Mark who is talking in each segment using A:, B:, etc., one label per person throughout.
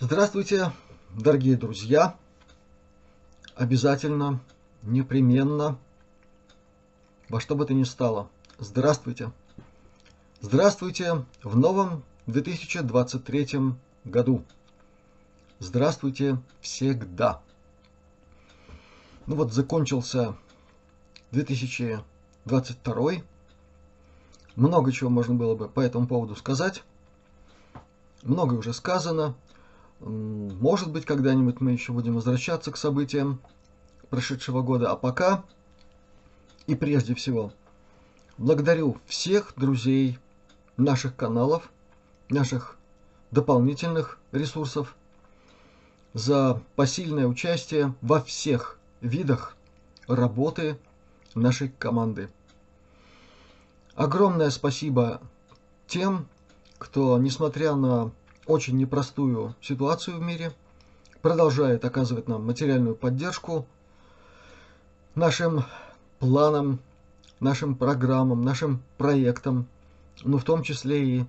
A: Здравствуйте, дорогие друзья! Обязательно, непременно, во что бы то ни стало. Здравствуйте! Здравствуйте в новом 2023 году. Здравствуйте всегда. Ну вот, закончился 2022. Много чего можно было бы по этому поводу сказать. Многое уже сказано. Может быть, когда-нибудь мы еще будем возвращаться к событиям прошедшего года. А пока, и прежде всего, благодарю всех друзей наших каналов, наших дополнительных ресурсов за посильное участие во всех видах работы нашей команды. Огромное спасибо тем, кто, несмотря на очень непростую ситуацию в мире, продолжает оказывать нам материальную поддержку нашим планам, нашим программам, нашим проектам, ну, в том числе и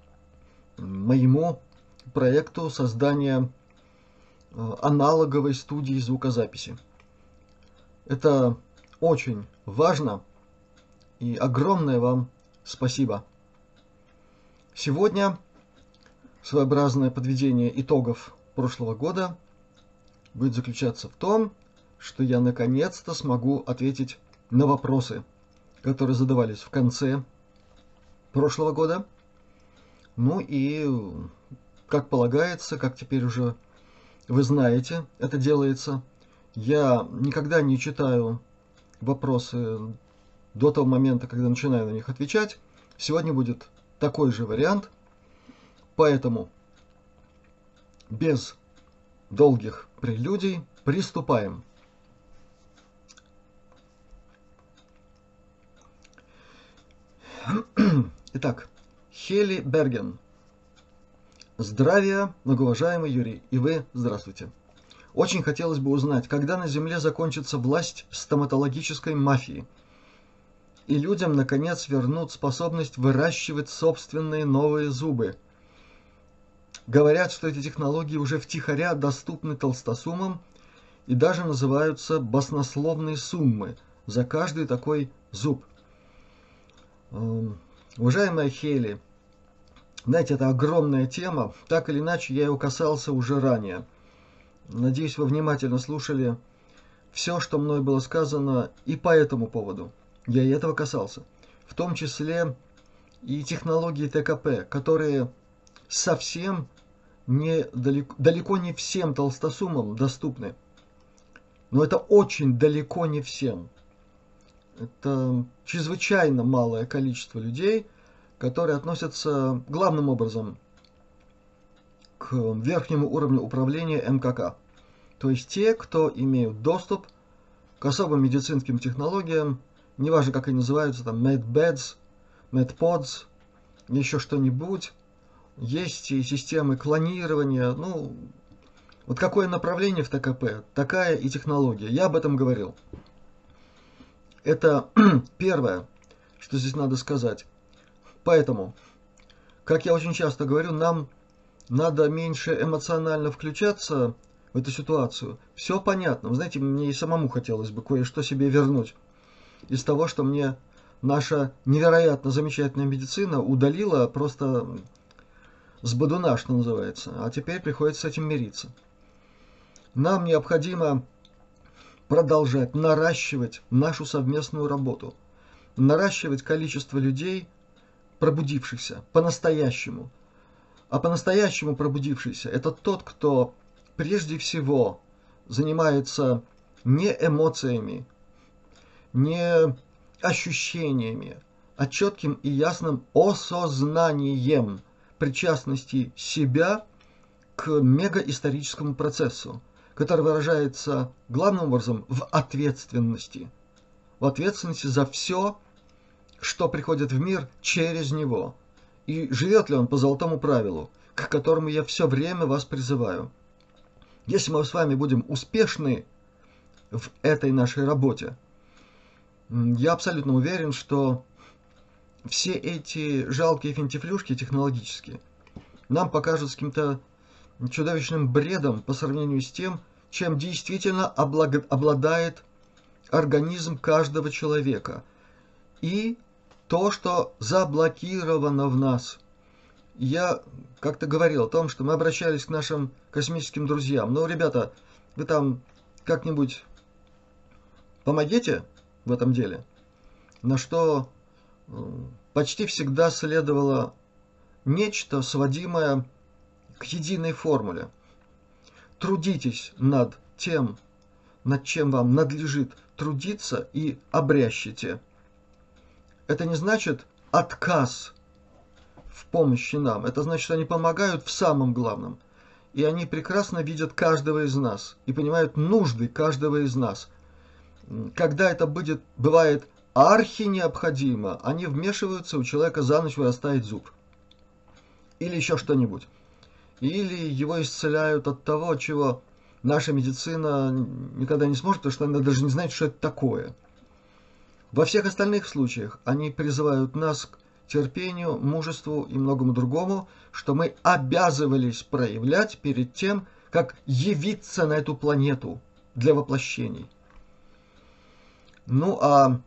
A: моему проекту создания аналоговой студии звукозаписи. Это очень важно, и огромное вам спасибо. Сегодня своеобразное подведение итогов прошлого года будет заключаться в том, что я наконец-то смогу ответить на вопросы, которые задавались в конце прошлого года. Ну и, как полагается, как теперь уже вы знаете, это делается, я никогда не читаю вопросы до того момента, когда начинаю на них отвечать. Сегодня будет такой же вариант, поэтому без долгих прелюдий приступаем. Итак, Хели Берген. Здравия, многоуважаемый Юрий, и вы здравствуйте. Очень хотелось бы узнать, когда на Земле закончится власть стоматологической мафии, и людям, наконец, вернут способность выращивать собственные новые зубы. Говорят, что эти технологии уже втихаря доступны толстосумам и даже называются баснословные суммы за каждый такой зуб. Уважаемая Хейли, знаете, это огромная тема, так или иначе я ее касался уже ранее. Надеюсь, вы внимательно слушали все, что мной было сказано и по этому поводу. Я и этого касался. В том числе и технологии ТКП, которые совсем далеко не всем толстосумам доступны. Но это очень далеко не всем. Это чрезвычайно малое количество людей, которые относятся главным образом к верхнему уровню управления МКК. То есть те, кто имеют доступ к особым медицинским технологиям, неважно как они называются, там MedBeds, MedPods, еще что-нибудь. Есть и системы клонирования. Ну, вот какое направление в ТКП, такая и технология. Я об этом говорил. Это первое, что здесь надо сказать. Поэтому, как я очень часто говорю, нам надо меньше эмоционально включаться в эту ситуацию. Все понятно. Вы знаете, мне и самому хотелось бы кое-что себе вернуть из того, что мне наша невероятно замечательная медицина удалила просто с бодуна, что называется. А теперь приходится с этим мириться. Нам необходимо продолжать наращивать нашу совместную работу. Наращивать количество людей, пробудившихся по-настоящему. А по-настоящему пробудившийся – это тот, кто прежде всего занимается не эмоциями, не ощущениями, а четким и ясным осознанием причастности себя к мегаисторическому процессу, который выражается главным образом в ответственности. В ответственности за все, что приходит в мир через него. И живет ли он по золотому правилу, к которому я все время вас призываю. Если мы с вами будем успешны в этой нашей работе, я абсолютно уверен, что все эти жалкие финтифлюшки технологические нам покажутся каким-то чудовищным бредом по сравнению с тем, чем действительно обладает организм каждого человека. И то, что заблокировано в нас. Я как-то говорил о том, что мы обращались к нашим космическим друзьям. Ну, ребята, вы там как-нибудь помогите в этом деле? На что почти всегда следовало нечто, сводимое к единой формуле. Трудитесь над тем, над чем вам надлежит трудиться, и обрящите. Это не значит отказ в помощи нам. Это значит, что они помогают в самом главном. И они прекрасно видят каждого из нас и понимают нужды каждого из нас. Когда это бывает архи необходимо, они вмешиваются, у человека за ночь вырастает зуб. Или еще что-нибудь. Или его исцеляют от того, чего наша медицина никогда не сможет, потому что она даже не знает, что это такое. Во всех остальных случаях они призывают нас к терпению, мужеству и многому другому, что мы обязывались проявлять перед тем, как явиться на эту планету для воплощений. Ну а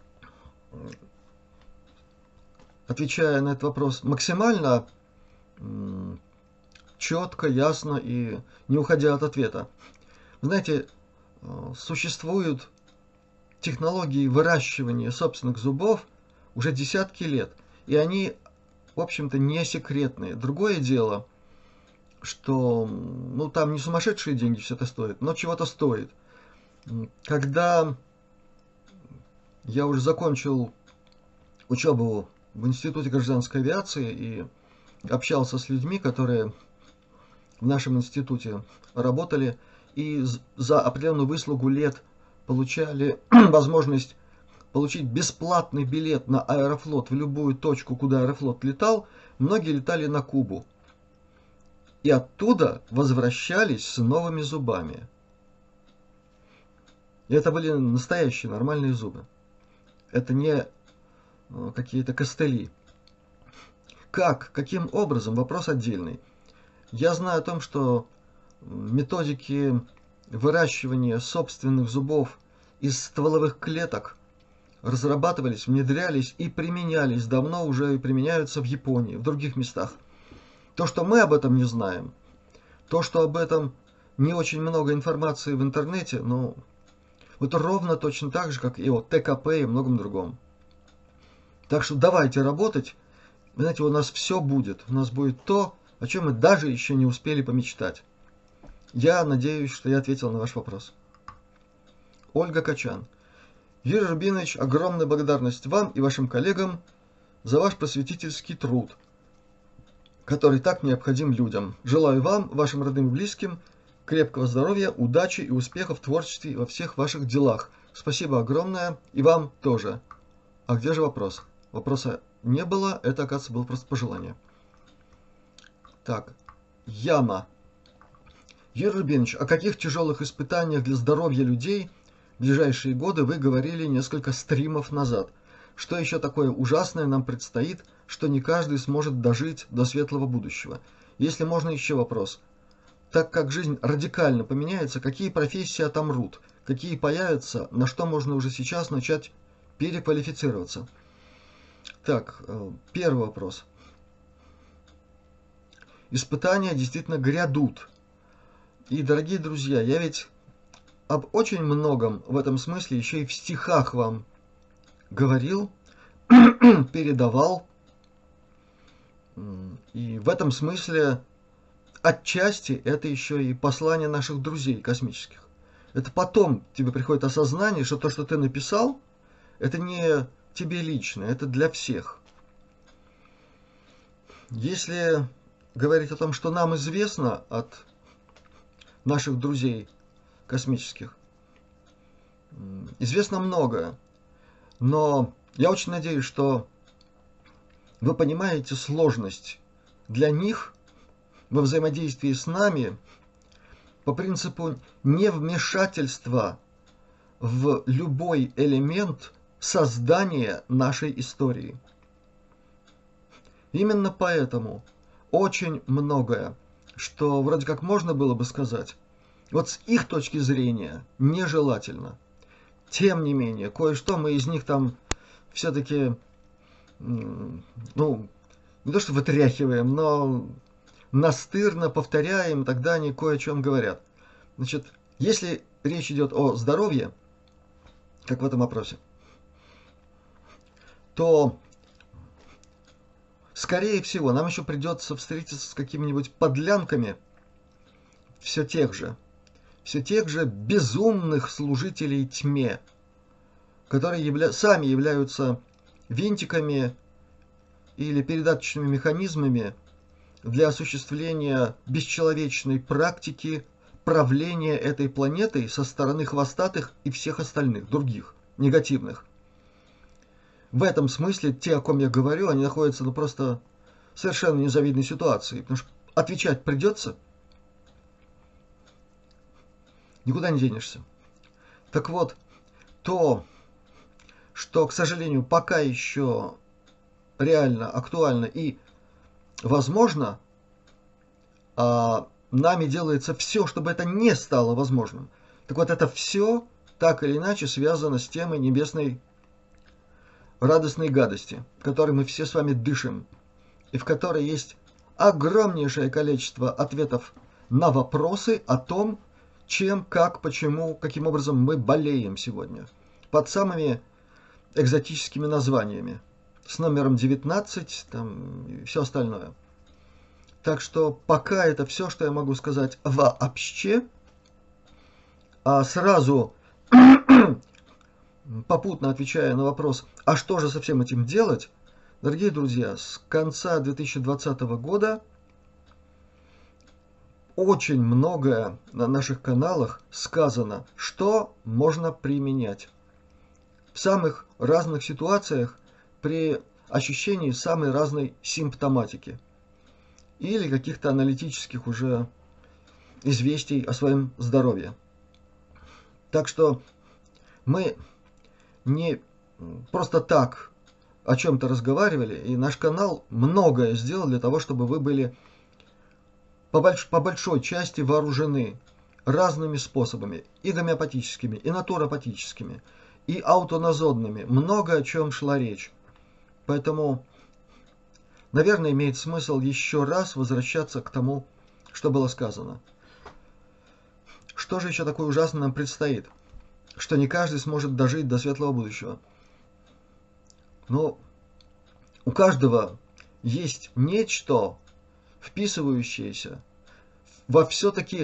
A: отвечая на этот вопрос максимально четко, ясно и не уходя от ответа. Знаете, существуют технологии выращивания собственных зубов уже десятки лет, и они, в общем-то, не секретные. Другое дело, что там не сумасшедшие деньги все это стоит, но чего-то стоит. Когда я уже закончил учебу в Институте гражданской авиации и общался с людьми, которые в нашем институте работали и за определенную выслугу лет получали возможность получить бесплатный билет на Аэрофлот в любую точку, куда Аэрофлот летал, многие летали на Кубу. И оттуда возвращались с новыми зубами. И это были настоящие нормальные зубы. Это не какие-то костыли. Каким образом? Вопрос отдельный. Я знаю о том, что методики выращивания собственных зубов из стволовых клеток разрабатывались, внедрялись и применялись, давно уже и применяются в Японии, в других местах. То, что мы об этом не знаем, то, что об этом не очень много информации в интернете, это ровно точно так же, как и о ТКП и многом другом. Так что давайте работать. Вы знаете, у нас все будет. У нас будет то, о чем мы даже еще не успели помечтать. Я надеюсь, что я ответил на ваш вопрос. Ольга Качан. Юрий Рубинович, огромная благодарность вам и вашим коллегам за ваш просветительский труд, который так необходим людям. Желаю вам, вашим родным и близким, крепкого здоровья, удачи и успехов в творчестве и во всех ваших делах. Спасибо огромное, и вам тоже. А где же вопрос? Вопроса не было, это, оказывается, было просто пожелание. Так, Яма. Юрий Рубинович, о каких тяжелых испытаниях для здоровья людей в ближайшие годы вы говорили несколько стримов назад? Что еще такое ужасное нам предстоит, что не каждый сможет дожить до светлого будущего? Если можно, еще вопрос. Так как жизнь радикально поменяется, какие профессии отомрут, какие появятся, на что можно уже сейчас начать переквалифицироваться? Так, первый вопрос. Испытания действительно грядут. И, дорогие друзья, я ведь об очень многом в этом смысле еще и в стихах вам говорил, передавал. И в этом смысле отчасти это еще и послание наших друзей космических. Это потом тебе приходит осознание, что то, что ты написал, это не тебе лично, это для всех. Если говорить о том, что нам известно от наших друзей космических, известно многое. Но я очень надеюсь, что вы понимаете сложность для них во взаимодействии с нами по принципу невмешательства в любой элемент создания нашей истории. Именно поэтому очень многое что вроде как можно было бы сказать, вот с их точки зрения нежелательно. Тем не менее, кое-что мы из них там все-таки, ну, не то что вытряхиваем, но настырно повторяем, тогда они кое о чем говорят. Значит, если речь идет о здоровье, как в этом опросе, то, скорее всего, нам еще придется встретиться с какими-нибудь подлянками все тех же безумных служителей тьме, которые сами являются винтиками или передаточными механизмами для осуществления бесчеловечной практики правления этой планетой со стороны хвостатых и всех остальных, других, негативных. В этом смысле те, о ком я говорю, они находятся просто в совершенно незавидной ситуации, потому что отвечать придется, никуда не денешься. Так вот, то, что, к сожалению, пока еще реально актуально и возможно, нами делается все, чтобы это не стало возможным. Так вот, это все так или иначе связано с темой небесной радостной гадости, которой мы все с вами дышим, и в которой есть огромнейшее количество ответов на вопросы о том, чем, как, почему, каким образом мы болеем сегодня. Под самыми экзотическими названиями. С номером 19 там, и все остальное. Так что пока это все, что я могу сказать вообще. А сразу, попутно отвечая на вопрос, а что же со всем этим делать, дорогие друзья, с конца 2020 года очень многое на наших каналах сказано, что можно применять в самых разных ситуациях при ощущении самой разной симптоматики или каких-то аналитических уже известий о своем здоровье. Так что мы не просто так о чем-то разговаривали, и наш канал многое сделал для того, чтобы вы были по большой части вооружены разными способами, и гомеопатическими, и натуропатическими, и аутоназодными. Много о чем шла речь. Поэтому, наверное, имеет смысл еще раз возвращаться к тому, что было сказано. Что же еще такое ужасное нам предстоит? Что не каждый сможет дожить до светлого будущего. Но у каждого есть нечто, вписывающееся во все-таки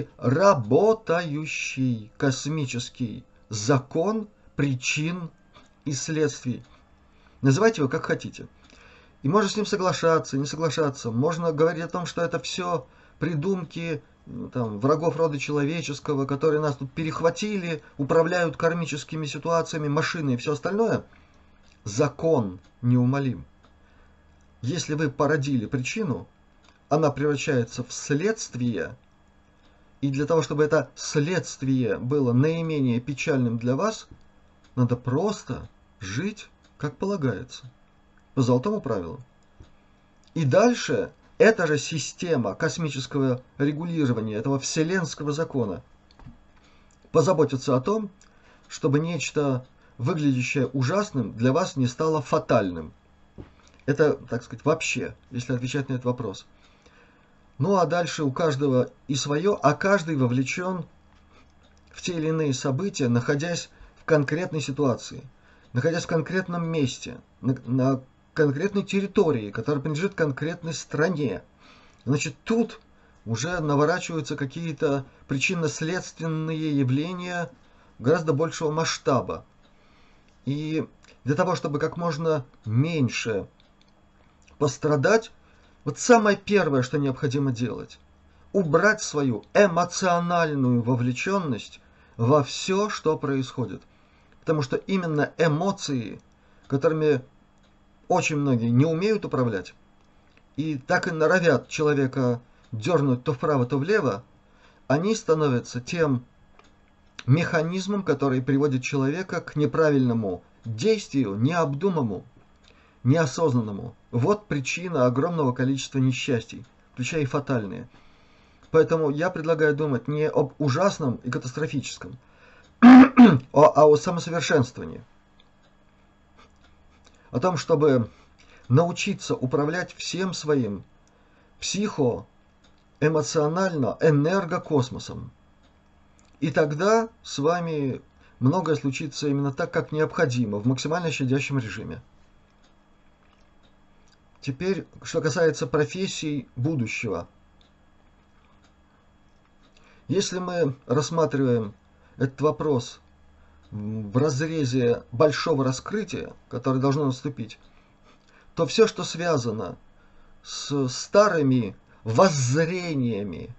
A: работающий космический закон причин и следствий. Называйте его как хотите. И можно с ним соглашаться, не соглашаться. Можно говорить о том, что это все придумки там, врагов рода человеческого, которые нас тут перехватили, управляют кармическими ситуациями, машины и все остальное. Закон неумолим. Если вы породили причину, она превращается в следствие, и для того, чтобы это следствие было наименее печальным для вас, надо просто жить, как полагается, по золотому правилу. И дальше эта же система космического регулирования, этого вселенского закона, позаботится о том, чтобы нечто, выглядящее ужасным, для вас не стало фатальным. Это, так сказать, вообще, если отвечать на этот вопрос. Ну а дальше у каждого и свое, а каждый вовлечен в те или иные события, находясь в конкретной ситуации, находясь в конкретном месте, на конкретной территории, которая принадлежит конкретной стране. Значит, тут уже наворачиваются какие-то причинно-следственные явления гораздо большего масштаба. И для того, чтобы как можно меньше пострадать, вот самое первое, что необходимо делать, убрать свою эмоциональную вовлеченность во все, что происходит. Потому что именно эмоции, которыми очень многие не умеют управлять, и так и норовят человека дернуть то вправо, то влево, они становятся тем механизмом, который приводит человека к неправильному действию, необдуманному, неосознанному. Вот причина огромного количества несчастий, включая и фатальные. Поэтому я предлагаю думать не об ужасном и катастрофическом, а о самосовершенствовании. О том, чтобы научиться управлять всем своим психо-эмоционально-энергокосмосом. И тогда с вами многое случится именно так, как необходимо, в максимально щадящем режиме. Теперь, что касается профессий будущего. Если мы рассматриваем этот вопрос в разрезе большого раскрытия, которое должно наступить, то все, что связано с старыми воззрениями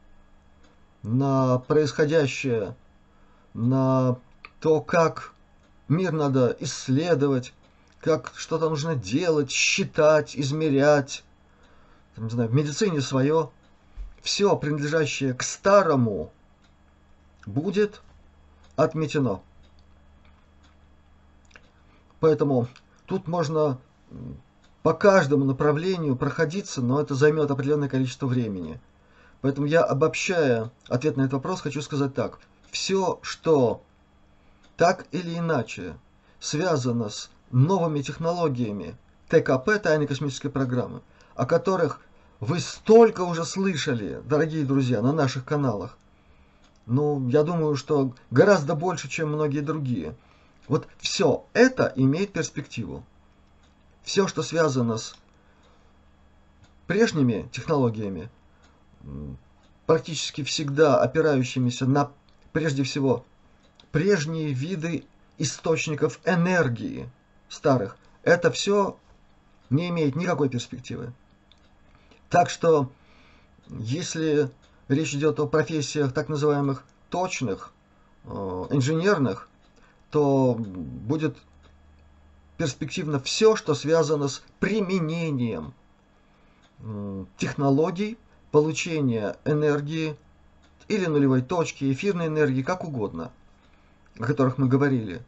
A: на происходящее, на то, как мир надо исследовать, как что-то нужно делать, считать, измерять, не знаю, в медицине свое, все, принадлежащее к старому, будет отметено. Поэтому тут можно по каждому направлению проходиться, но это займет определенное количество времени. Поэтому я, обобщая ответ на этот вопрос, хочу сказать так. Все, что так или иначе связано с новыми технологиями ТКП, тайной космической программы, о которых вы столько уже слышали, дорогие друзья, на наших каналах. Ну, я думаю, что гораздо больше, чем многие другие. Вот все это имеет перспективу. Все, что связано с прежними технологиями, практически всегда опирающимися на, прежде всего, прежние виды источников энергии старых, это все не имеет никакой перспективы. Так что, если речь идет о профессиях так называемых точных, инженерных, то будет перспективно все, что связано с применением технологий получения энергии или нулевой точки, эфирной энергии, как угодно, о которых мы говорили.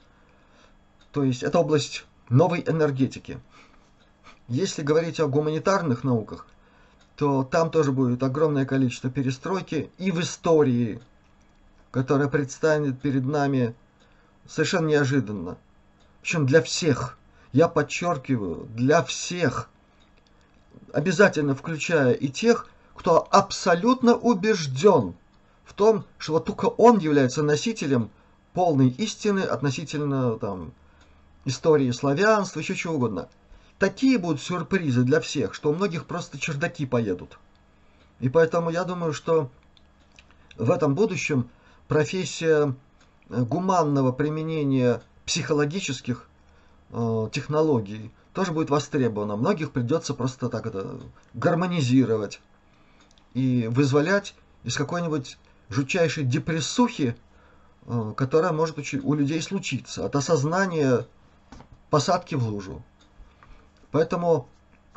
A: То есть это область новой энергетики. Если говорить о гуманитарных науках, то там тоже будет огромное количество перестройки и в истории, которая предстанет перед нами совершенно неожиданно. Причем для всех. Я подчеркиваю, для всех. Обязательно включая и тех, кто абсолютно убежден в том, что вот только он является носителем полной истины относительно там, истории славянства, еще чего угодно. Такие будут сюрпризы для всех, что у многих просто чердаки поедут. И поэтому я думаю, что в этом будущем профессия гуманного применения психологических технологий тоже будет востребована. Многих придется просто так это гармонизировать и вызволять из какой-нибудь жутчайшей депрессухи, которая может у людей случиться от осознания посадки в лужу. Поэтому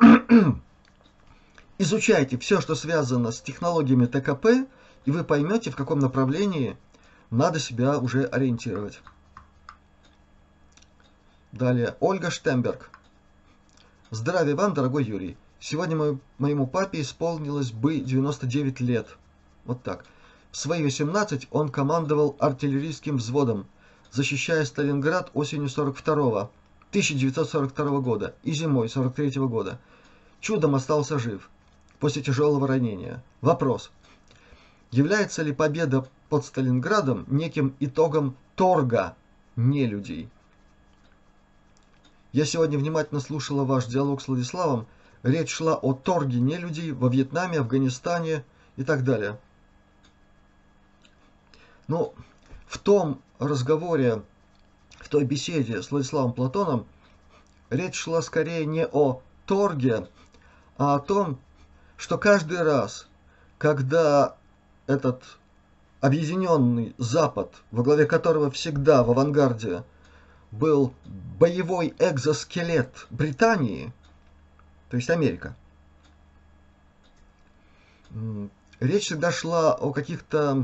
A: изучайте все, что связано с технологиями ТКП, и вы поймете, в каком направлении надо себя уже ориентировать. Далее, Ольга Штемберг. Здравия вам, дорогой Юрий. Сегодня моему папе исполнилось бы 99 лет. Вот так. В свои 18 он командовал артиллерийским взводом, защищая Сталинград осенью 1942 года и зимой 1943 года. Чудом остался жив после тяжелого ранения. Вопрос. Является ли победа под Сталинградом неким итогом торга нелюдей? Я сегодня внимательно слушала ваш диалог с Владиславом. Речь шла о торге нелюдей во Вьетнаме, Афганистане и так далее. Но в том разговоре, в той беседе с Владиславом Платоном, речь шла скорее не о торге, а о том, что каждый раз, когда этот объединенный Запад, во главе которого всегда в авангарде был боевой экзоскелет Британии, то есть Америка, речь всегда шла о каких-то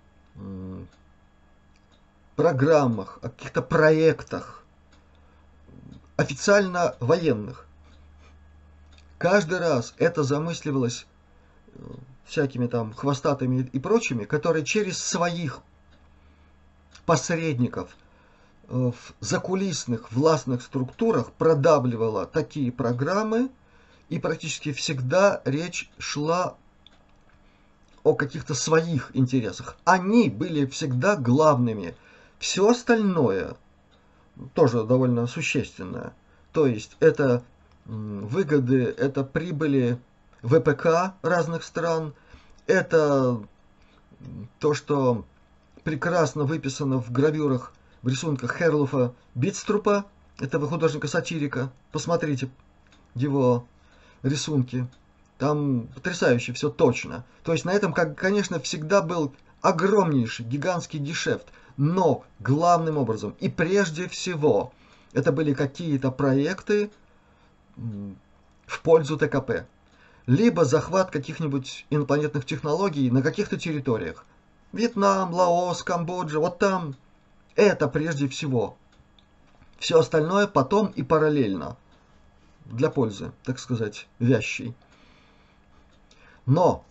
A: программах, о каких-то проектах, официально военных. Каждый раз это замысливалось всякими там хвостатыми и прочими, которые через своих посредников в закулисных властных структурах продавливала такие программы, и практически всегда речь шла о каких-то своих интересах. Они были всегда главными. Все остальное тоже довольно существенное. То есть это выгоды, это прибыли ВПК разных стран, это то, что прекрасно выписано в гравюрах, в рисунках Херлуфа Битструпа, этого художника-сатирика. Посмотрите его рисунки. Там потрясающе все точно. То есть на этом, конечно, всегда был огромнейший, гигантский гешефт. Но главным образом и прежде всего это были какие-то проекты в пользу ТКП. Либо захват каких-нибудь инопланетных технологий на каких-то территориях. Вьетнам, Лаос, Камбоджа, вот там. Это прежде всего. Все остальное потом и параллельно. Для пользы, так сказать, вящей. Но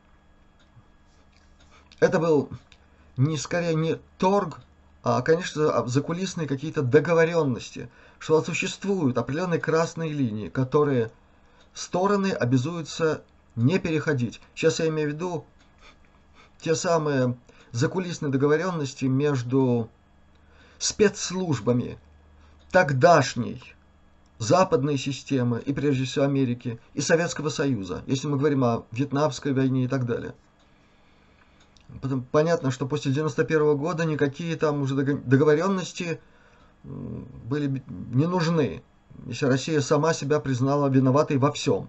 A: это был скорее не торг, а, конечно, закулисные какие-то договоренности, что существуют определенные красные линии, которые стороны обязуются не переходить. Сейчас я имею в виду те самые закулисные договоренности между спецслужбами тогдашней западной системы, и прежде всего Америки, и Советского Союза, если мы говорим о Вьетнамской войне и так далее. Потом понятно, что после 1991 года никакие там уже договоренности были не нужны, если Россия сама себя признала виноватой во всем.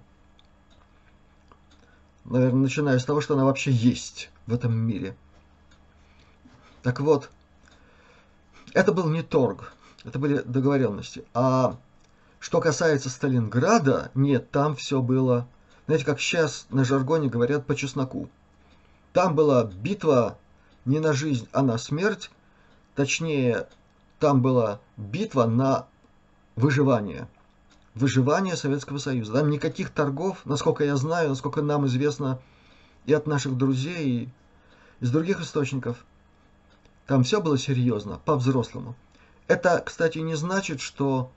A: Наверное, начиная с того, что она вообще есть в этом мире. Так вот, это был не торг, это были договоренности. А что касается Сталинграда, нет, там все было, знаете, как сейчас на жаргоне говорят, по чесноку. Там была битва не на жизнь, а на смерть. Точнее, там была битва на выживание. Выживание Советского Союза. Там никаких торгов, насколько я знаю, насколько нам известно и от наших друзей, и из других источников. Там все было серьезно, по-взрослому. Это, кстати, не значит, что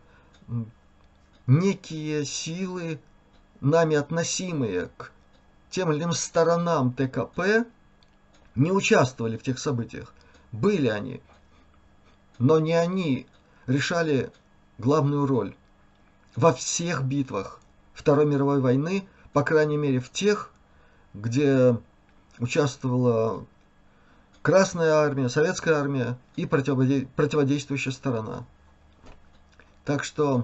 A: некие силы, нами относимые к тем или иным сторонам ТКП, не участвовали в тех событиях. Были они, но не они решали главную роль во всех битвах Второй мировой войны, по крайней мере в тех, где участвовала Красная армия, Советская армия и противодействующая сторона. Так что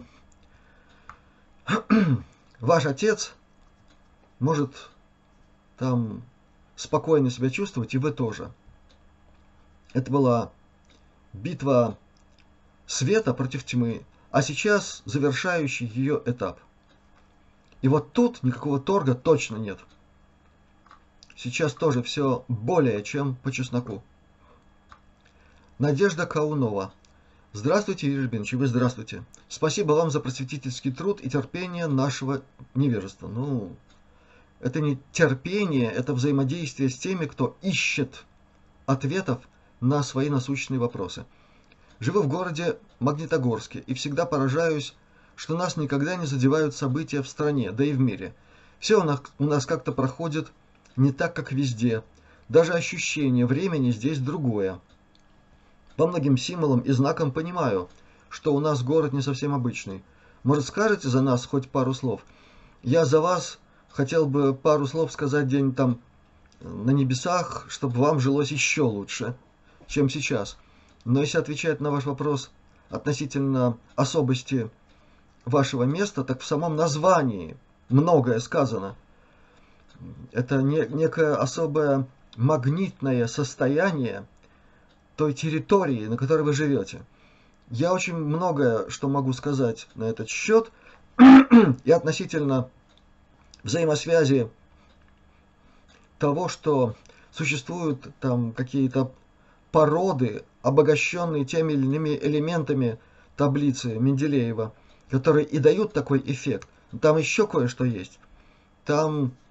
A: ваш отец может там спокойно себя чувствовать, и вы тоже. Это была битва света против тьмы, а сейчас завершающий ее этап. И вот тут никакого торга точно нет. Сейчас тоже все более чем по чесноку. Надежда Каунова. Здравствуйте, Юрий Рубинович, вы здравствуйте. Спасибо вам за просветительский труд и терпение нашего невежества. Ну, это не терпение, это взаимодействие с теми, кто ищет ответов на свои насущные вопросы. Живу в городе Магнитогорске и всегда поражаюсь, что нас никогда не задевают события в стране, да и в мире. Все у нас как-то проходит не так, как везде. Даже ощущение времени здесь другое. По многим символам и знакам понимаю, что у нас город не совсем обычный. Может, скажете за нас хоть пару слов? Я за вас хотел бы пару слов сказать где-нибудь там на небесах, чтобы вам жилось еще лучше, чем сейчас. Но если отвечать на ваш вопрос относительно особости вашего места, так в самом названии многое сказано. Это некое особое магнитное состояние той территории, на которой вы живете. Я очень многое, что могу сказать на этот счет, и относительно взаимосвязи того, что существуют там какие-то породы, обогащенные теми или иными элементами таблицы Менделеева, которые и дают такой эффект. Там еще кое-что есть. Там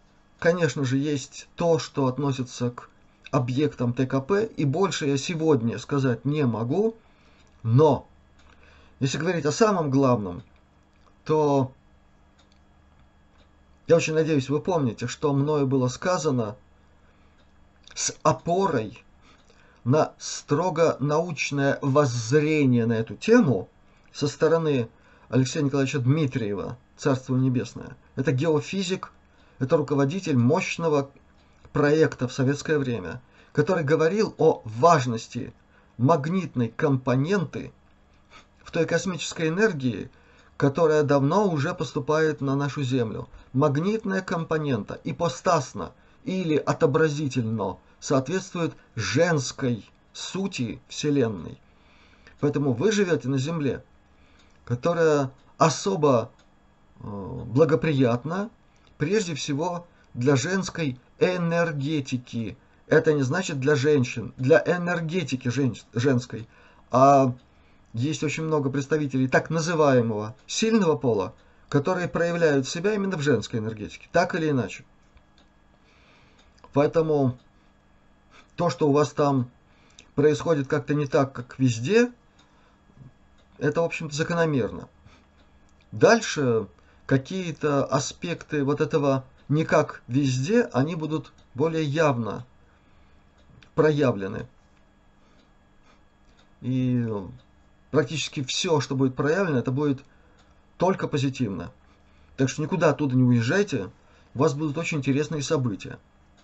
A: конечно же, есть то, что относится к объектам ТКП, и больше я сегодня сказать не могу, но если говорить о самом главном, то я очень надеюсь, вы помните, что мною было сказано с опорой на строго научное воззрение на эту тему со стороны Алексея Николаевича Дмитриева, Царство Небесное. Это геофизик, это руководитель мощного проекта в советское время, который говорил о важности магнитной компоненты в той космической энергии, которая давно уже поступает на нашу Землю. Магнитная компонента ипостасно или отобразительно соответствует женской сути Вселенной. Поэтому вы живете на Земле, которая особо благоприятна прежде всего для женской энергетики. Это не значит для женщин, для энергетики женской. А есть очень много представителей так называемого сильного пола, которые проявляют себя именно в женской энергетике, так или иначе. Поэтому то, что у вас там происходит как-то не так, как везде, это, в общем-то, закономерно. Дальше какие-то аспекты вот этого не как везде, они будут более явно проявлены. И практически все, что будет проявлено, это будет только позитивно. Так что никуда оттуда не уезжайте, у вас будут очень интересные события.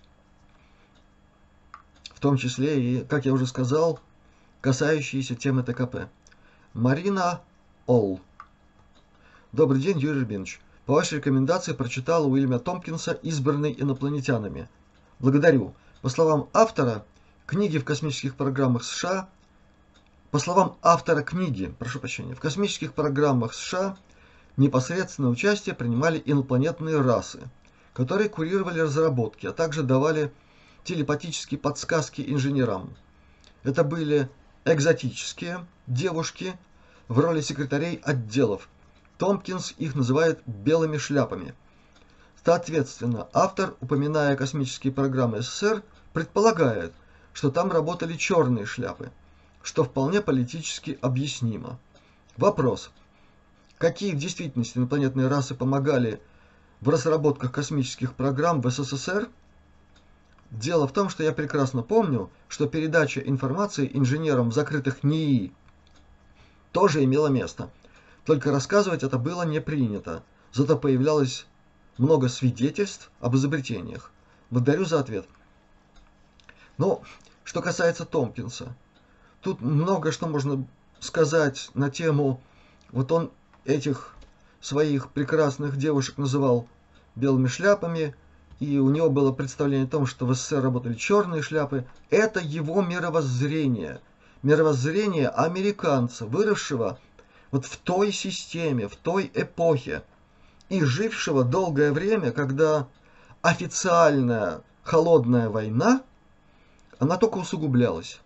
A: В том числе и, как я уже сказал, касающиеся темы ТКП. Марина Олл. Добрый день, Юрий Рубинович. По вашей рекомендации прочитал Уильяма Томпкинса «Избранный инопланетянами». Благодарю. По словам автора книги в космических программах США, в космических программах США непосредственное участие принимали инопланетные расы, которые курировали разработки, а также давали телепатические подсказки инженерам. Это были экзотические девушки в роли секретарей отделов. Томпкинс их называет белыми шляпами. Соответственно, автор, упоминая космические программы СССР, предполагает, что там работали черные шляпы, что вполне политически объяснимо. Вопрос. Какие в действительности инопланетные расы помогали в разработках космических программ в СССР? Дело в том, что я прекрасно помню, что передача информации инженерам в закрытых НИИ тоже имела место. Только рассказывать это было не принято. Зато появлялось много свидетельств об изобретениях. Благодарю за ответ. Но, что касается Томпкинса, тут много что можно сказать на тему, вот он этих своих прекрасных девушек называл белыми шляпами, и у него было представление о том, что в СССР работали черные шляпы. Это его мировоззрение. Мировоззрение американца, выросшего вот в той системе, в той эпохе, и жившего долгое время, когда официальная холодная война, она только усугублялась.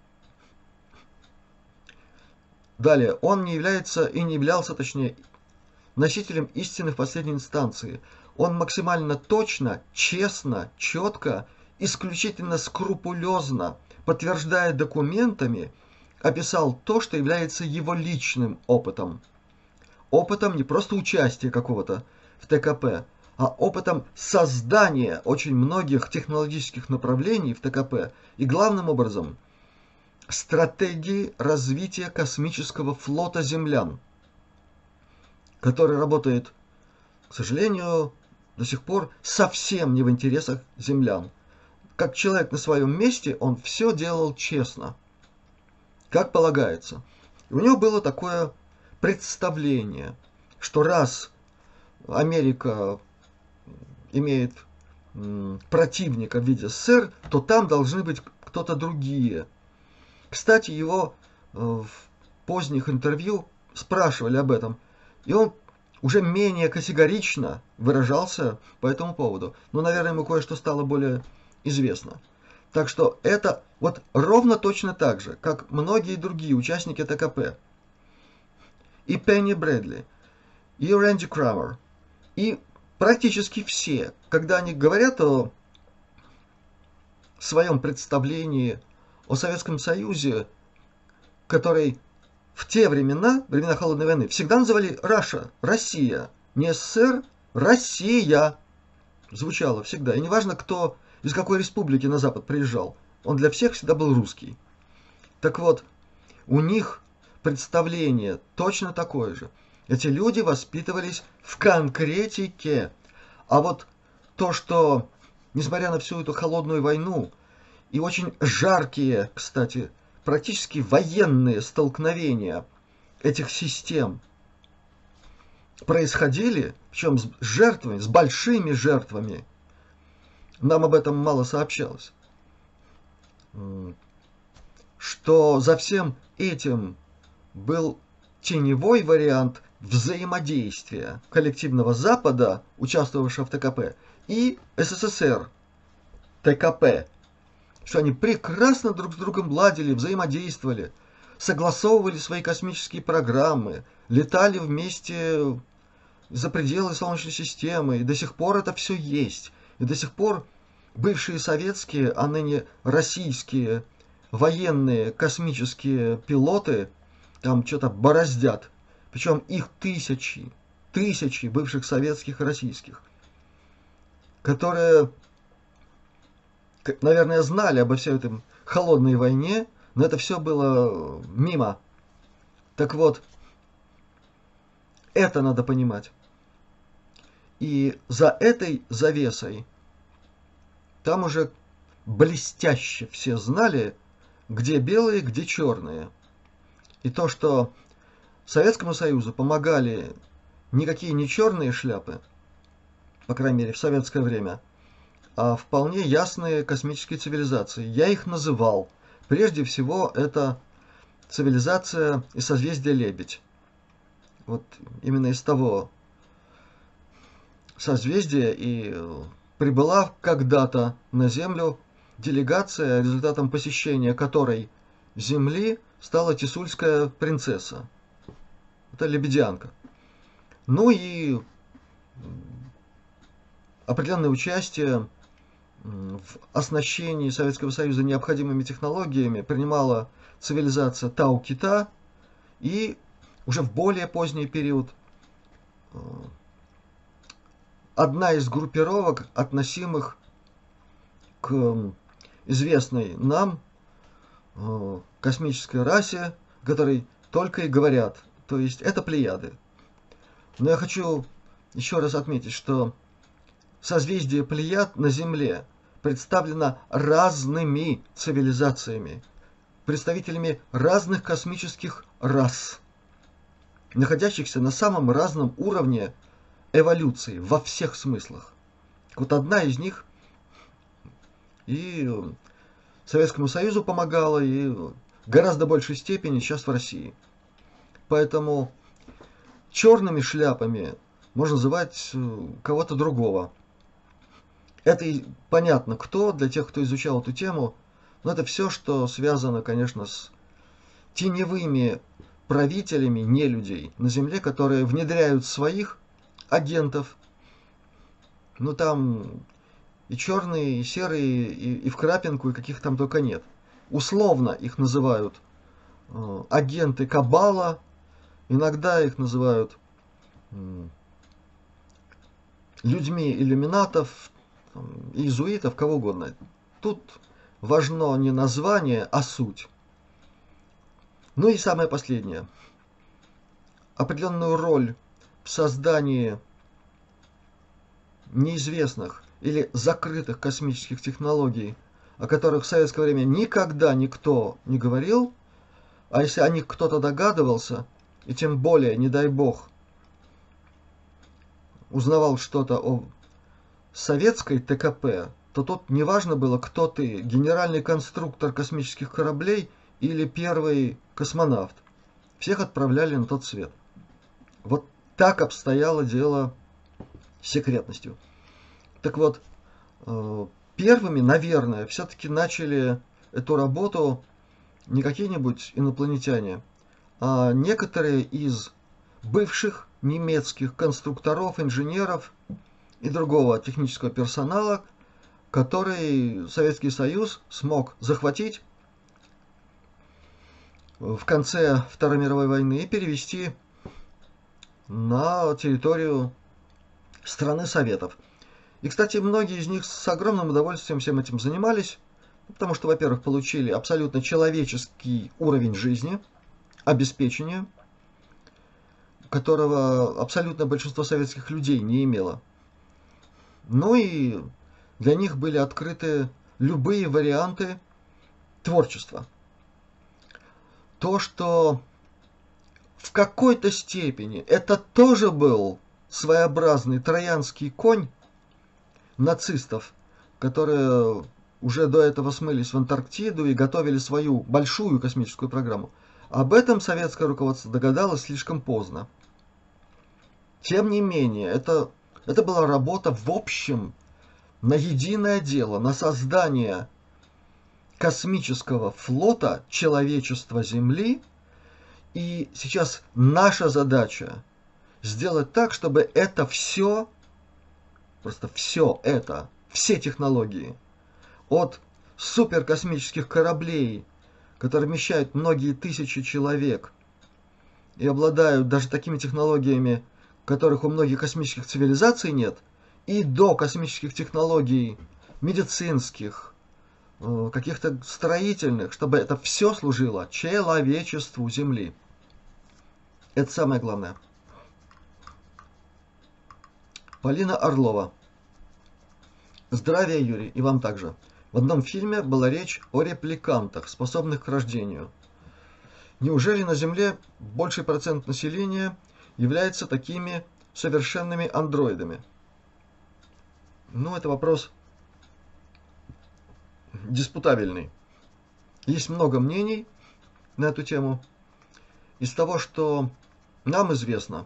A: Далее, он не является и не являлся, точнее, носителем истины в последней инстанции. Он максимально точно, честно, четко, исключительно скрупулезно, подтверждая документами, описал то, что является его личным опытом. Опытом не просто участия какого-то в ТКП, а опытом создания очень многих технологических направлений в ТКП и, главным образом, стратегии развития космического флота землян, который работает, к сожалению, до сих пор совсем не в интересах землян. Как человек на своем месте, он все делал честно, как полагается. И у него было такое представление, что раз Америка имеет противника в виде СССР, то там должны быть кто-то другие. Кстати, его в поздних интервью спрашивали об этом, и он уже менее категорично выражался по этому поводу. Но, наверное, ему кое-что стало более известно. Так что это вот ровно точно так же, как многие другие участники ТКП. И Пенни Брэдли, и Рэнди Крамер, и практически все, когда они говорят о своем представлении о Советском Союзе, который в те времена, времена Холодной войны, всегда называли Раша, Россия, не СССР, Россия. Звучало всегда. И неважно, кто из какой республики на Запад приезжал, он для всех всегда был русский. Так вот, у них представление точно такое же. Эти люди воспитывались в конкретике. А вот то, что, несмотря на всю эту холодную войну и очень жаркие, кстати, практически военные столкновения этих систем происходили, причем с жертвами, с большими жертвами, нам об этом мало сообщалось, что за всем этим был теневой вариант взаимодействия коллективного Запада, участвовавшего в ТКП, и СССР, ТКП, что они прекрасно друг с другом ладили, взаимодействовали, согласовывали свои космические программы, летали вместе за пределы Солнечной системы, и до сих пор это все есть. И до сих пор бывшие советские, а ныне российские военные космические пилоты там что-то бороздят. Причем их тысячи бывших советских и российских, которые, наверное, знали обо всей этой холодной войне, но это все было мимо. Так вот, это надо понимать. И за этой завесой там уже блестяще все знали, где белые, где черные. И то, что Советскому Союзу помогали никакие не черные шляпы, по крайней мере в советское время, а вполне ясные космические цивилизации. Я их называл. Прежде всего, это цивилизация из созвездия Лебедь. Вот именно из того созвездия и прибыла когда-то на Землю делегация, результатом посещения которой Земли стала Тисульская принцесса. Это лебедянка. Ну и определенное участие в оснащении Советского Союза необходимыми технологиями принимала цивилизация Тау-Кита, и уже в более поздний период одна из группировок, относимых к известной нам космической расе, которой только и говорят, то есть это Плеяды. Но я хочу еще раз отметить, что созвездие Плеяд на Земле представлено разными цивилизациями, представителями разных космических рас, находящихся на самом разном уровне эволюции во всех смыслах. Вот одна из них и Советскому Союзу помогала, и в гораздо большей степени сейчас в России. Поэтому черными шляпами можно называть кого-то другого. Это и понятно кто, для тех, кто изучал эту тему, но это все, что связано, конечно, с теневыми правителями нелюдей на Земле, которые внедряют своих агентов. Ну там и черные, и серые, и в крапинку, и каких там только нет. Условно их называют агенты Кабала, иногда их называют людьми иллюминатов, иезуитов, кого угодно. Тут важно не название, а суть. Ну и самое последнее. Определенную роль в создании неизвестных или закрытых космических технологий, о которых в советское время никогда никто не говорил, а если о них кто-то догадывался, и тем более, не дай бог, узнавал что-то о советской ТКП, то тут неважно было, кто ты, генеральный конструктор космических кораблей или первый космонавт. Всех отправляли на тот свет. Вот так обстояло дело с секретностью. Так вот, первыми, наверное, все-таки начали эту работу не какие-нибудь инопланетяне, а некоторые из бывших немецких конструкторов, инженеров и другого технического персонала, который Советский Союз смог захватить в конце Второй мировой войны и перевести на территорию страны Советов. И, кстати, многие из них с огромным удовольствием всем этим занимались, потому что, во-первых, получили абсолютно человеческий уровень жизни, обеспечения, которого абсолютное большинство советских людей не имело. Ну и для них были открыты любые варианты творчества. То, что в какой-то степени это тоже был своеобразный троянский конь нацистов, которые уже до этого смылись в Антарктиду и готовили свою большую космическую программу. Об этом советское руководство догадалось слишком поздно. Тем не менее, это была работа в общем на единое дело, на создание космического флота человечества Земли. И сейчас наша задача сделать так, чтобы это все, просто все это, все технологии, от суперкосмических кораблей, которые вмещают многие тысячи человек и обладают даже такими технологиями, которых у многих космических цивилизаций нет, и до космических технологий медицинских, каких-то строительных, чтобы это все служило человечеству Земли. Это самое главное. Полина Орлова. Здравия, Юрий, и вам также. В одном фильме была речь о репликантах, способных к рождению. Неужели на Земле больший процент населения является такими совершенными андроидами? Ну, это вопрос диспутабельный. Есть много мнений на эту тему. Из того, что нам известно,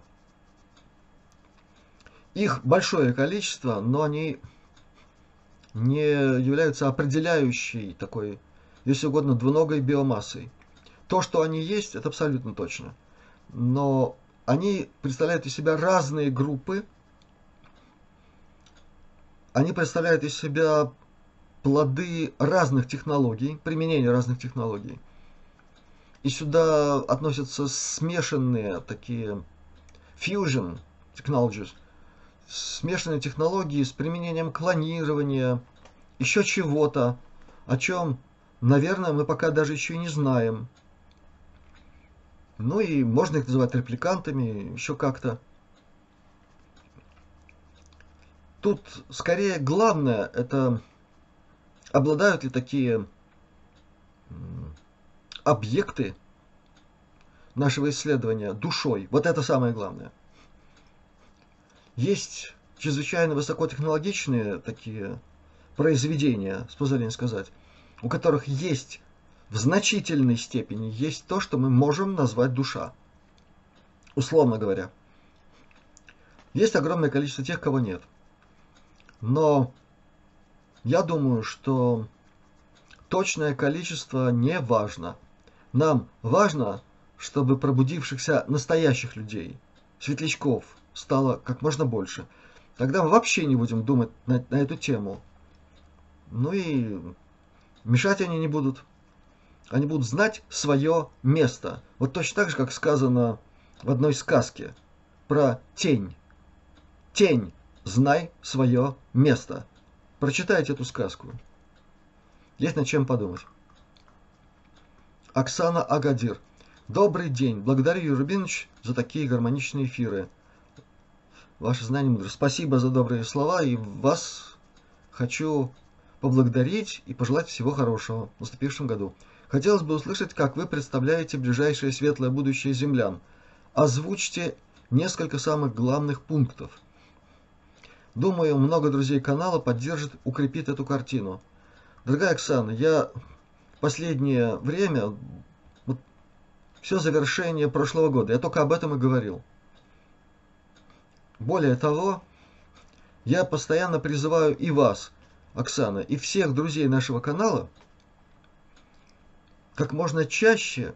A: их большое количество, но они не являются определяющей такой, если угодно, двуногой биомассой. То, что они есть, это абсолютно точно. Но они представляют из себя разные группы. Они представляют из себя плоды разных технологий, применения разных технологий. И сюда относятся смешанные такие fusion technologies, смешанные технологии с применением клонирования, еще чего-то, о чем, наверное, мы пока даже еще и не знаем. Ну и можно их называть репликантами, еще как-то. Тут скорее главное, это обладают ли такие объекты нашего исследования душой. Вот это самое главное. Есть чрезвычайно высокотехнологичные такие произведения, с позволения сказать, у которых есть в значительной степени есть то, что мы можем назвать душа. Условно говоря. Есть огромное количество тех, кого нет. Но я думаю, что точное количество не важно. Нам важно, чтобы пробудившихся настоящих людей, светлячков, стало как можно больше. Тогда мы вообще не будем думать на эту тему. Ну и мешать они не будут. Они будут знать свое место. Вот точно так же, как сказано в одной сказке про тень. Тень, знай свое место. Прочитайте эту сказку. Есть над чем подумать. Оксана Агадир. Добрый день. Благодарю, Юрий Рубинович, за такие гармоничные эфиры. Ваше знание мудрость. Спасибо за добрые слова. И вас хочу поблагодарить и пожелать всего хорошего в наступившем году. Хотелось бы услышать, как вы представляете ближайшее светлое будущее землян. Озвучьте несколько самых главных пунктов. Думаю, много друзей канала поддержит, укрепит эту картину. Дорогая Оксана, я в последнее время, вот, все завершение прошлого года, я только об этом и говорил. Более того, я постоянно призываю и вас, Оксана, и всех друзей нашего канала как можно чаще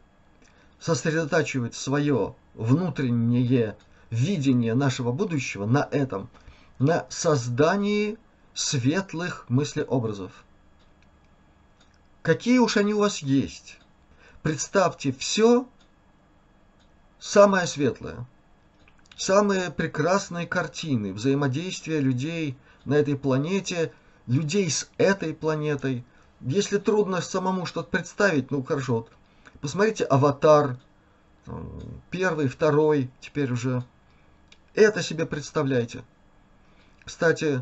A: сосредотачивать свое внутреннее видение нашего будущего на этом. на создании светлых мыслеобразов. Какие уж они у вас есть. Представьте все самое светлое, самые прекрасные картины взаимодействия людей на этой планете, людей с этой планетой. Если трудно самому что-то представить, ну хорошо, вот посмотрите «Аватар», первый, второй, теперь уже. Это себе представляйте. Кстати,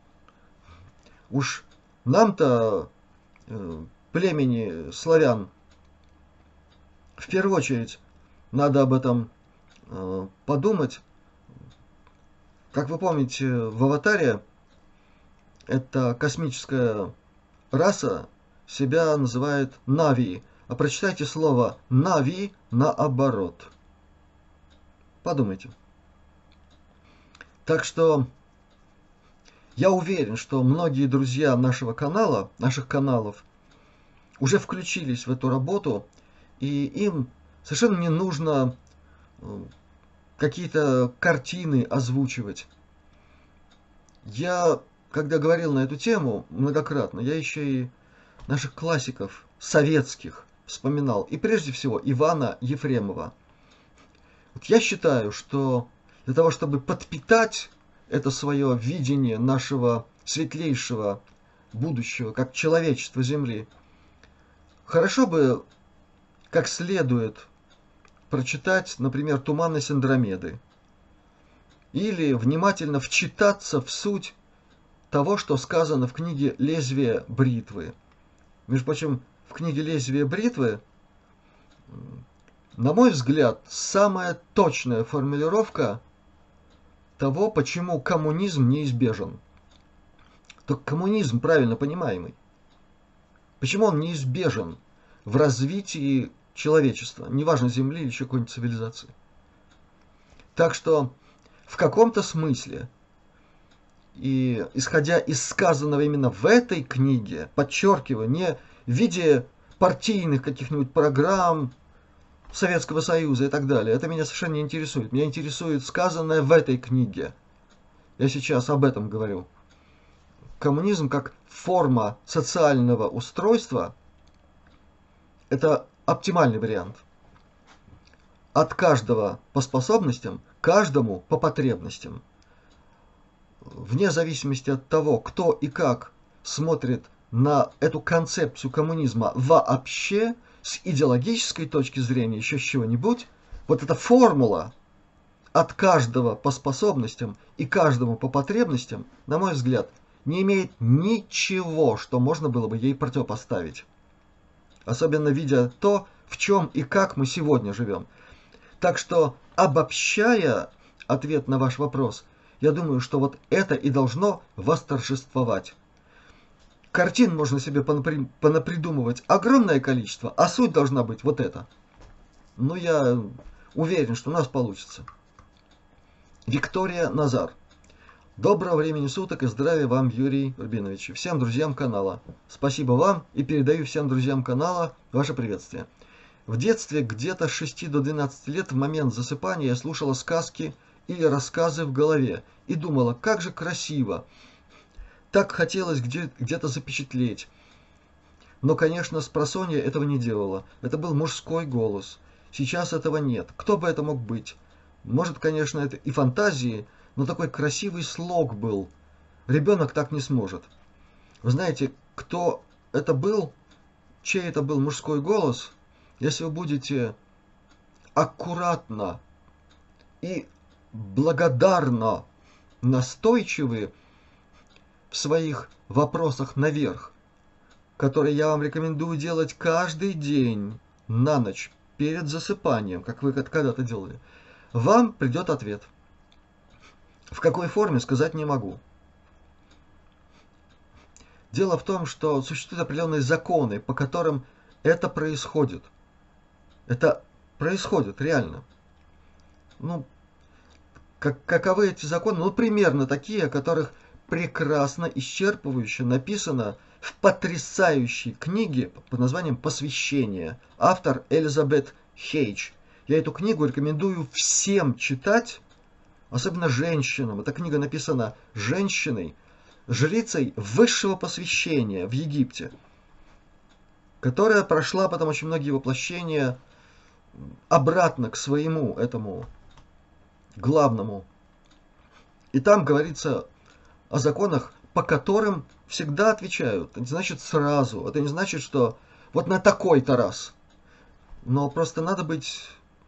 A: уж нам-то, племени славян, в первую очередь надо об этом подумать. Как вы помните, в «Аватаре» эта космическая раса себя называет Нави. А прочитайте слово «Нави» наоборот. Подумайте. Так что я уверен, что многие друзья нашего канала, наших каналов, уже включились в эту работу, и им совершенно не нужно какие-то картины озвучивать. Я, когда говорил на эту тему многократно, я еще и наших классиков советских вспоминал. И прежде всего Ивана Ефремова. Вот я считаю, что для того, чтобы подпитать это свое видение нашего светлейшего будущего, как человечества Земли, хорошо бы как следует прочитать, например, «Туманность Андромеды» или внимательно вчитаться в суть того, что сказано в книге «Лезвие бритвы». Между прочим, в книге «Лезвие бритвы», на мой взгляд, самая точная формулировка того, почему коммунизм неизбежен. Так коммунизм, правильно понимаемый, почему он неизбежен в развитии человечества, неважно, Земли или еще какой-нибудь цивилизации. Так что в каком-то смысле, и исходя из сказанного именно в этой книге, подчеркиваю, не в виде партийных каких-нибудь программ Советского Союза и так далее, это меня совершенно не интересует. Меня интересует сказанное в этой книге. Я сейчас об этом говорю. Коммунизм как форма социального устройства – это оптимальный вариант. От каждого по способностям, каждому по потребностям. Вне зависимости от того, кто и как смотрит на эту концепцию коммунизма вообще, с идеологической точки зрения, еще с чего-нибудь, вот эта формула от каждого по способностям и каждому по потребностям, на мой взгляд, не имеет ничего, что можно было бы ей противопоставить. Особенно видя то, в чем и как мы сегодня живем. Так что, обобщая ответ на ваш вопрос, я думаю, что вот это и должно восторжествовать. Картин можно себе понапридумывать огромное количество, а суть должна быть вот эта. Ну, я уверен, что у нас получится. Виктория Назар. Доброго времени суток и здравия вам, Юрий Рубинович. Всем друзьям канала. Спасибо вам и передаю всем друзьям канала ваше приветствие. В детстве, где-то с 6 до 12 лет, в момент засыпания я слушала сказки или рассказы в голове и думала, как же красиво. Так хотелось где-то запечатлеть. Но, конечно, спросонья этого не делала. Это был мужской голос. Сейчас этого нет. Кто бы это мог быть? Может, конечно, это и фантазии, но такой красивый слог был. Ребенок так не сможет. Вы знаете, кто это был? Чей это был мужской голос? Если вы будете аккуратно и благодарно настойчивы в своих вопросах наверх, которые я вам рекомендую делать каждый день на ночь перед засыпанием, как вы когда-то делали, вам придет ответ. В какой форме, сказать не могу. Дело в том, что существуют определенные законы, по которым это происходит. Это происходит реально. Ну, каковы эти законы? Ну, примерно такие, о которых прекрасно, исчерпывающе написано в потрясающей книге под названием «Посвящение». Автор Элизабет Хейдж. Я эту книгу рекомендую всем читать, особенно женщинам. Эта книга написана женщиной, жрицей высшего посвящения в Египте, которая прошла потом очень многие воплощения обратно к своему этому главному. И там говорится о законах, по которым всегда отвечают. Это не значит сразу, это не значит, что вот на такой-то раз. Но просто надо быть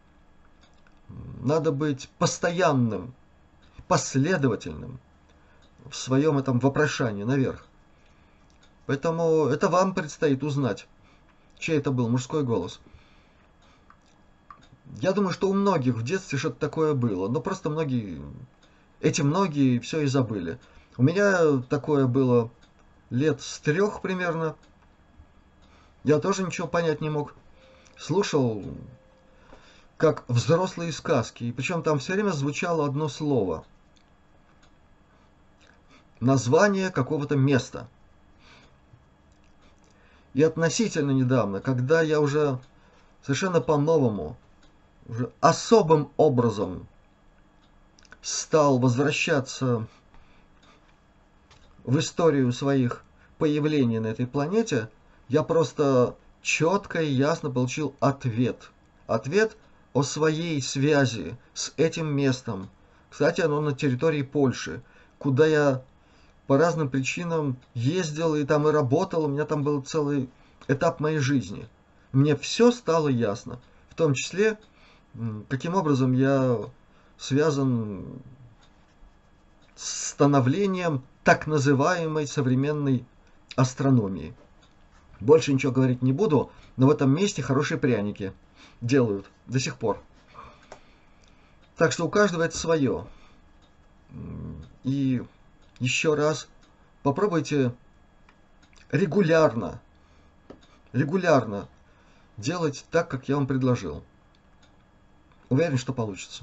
A: постоянным, последовательным в своем этом вопрошании наверх. Поэтому это вам предстоит узнать, чей это был мужской голос. Я думаю, что у многих в детстве что-то такое было, но просто многие все и забыли. У меня такое было лет с 3 примерно. Я тоже ничего понять не мог. Слушал, как взрослые сказки, и причем там все время звучало одно слово. Название какого-то места. И относительно недавно, когда я уже совершенно по-новому, уже особым образом стал возвращаться в историю своих появлений на этой планете, я просто четко и ясно получил ответ. Ответ о своей связи с этим местом. Кстати, оно на территории Польши, куда я по разным причинам ездил и там и работал. У меня там был целый этап моей жизни. Мне все стало ясно. В том числе, каким образом я связан с становлением так называемой современной астрономии. Больше ничего говорить не буду, но в этом месте хорошие пряники делают до сих пор. Так что у каждого это свое. И еще раз попробуйте регулярно делать так, как я вам предложил. Уверен, что получится.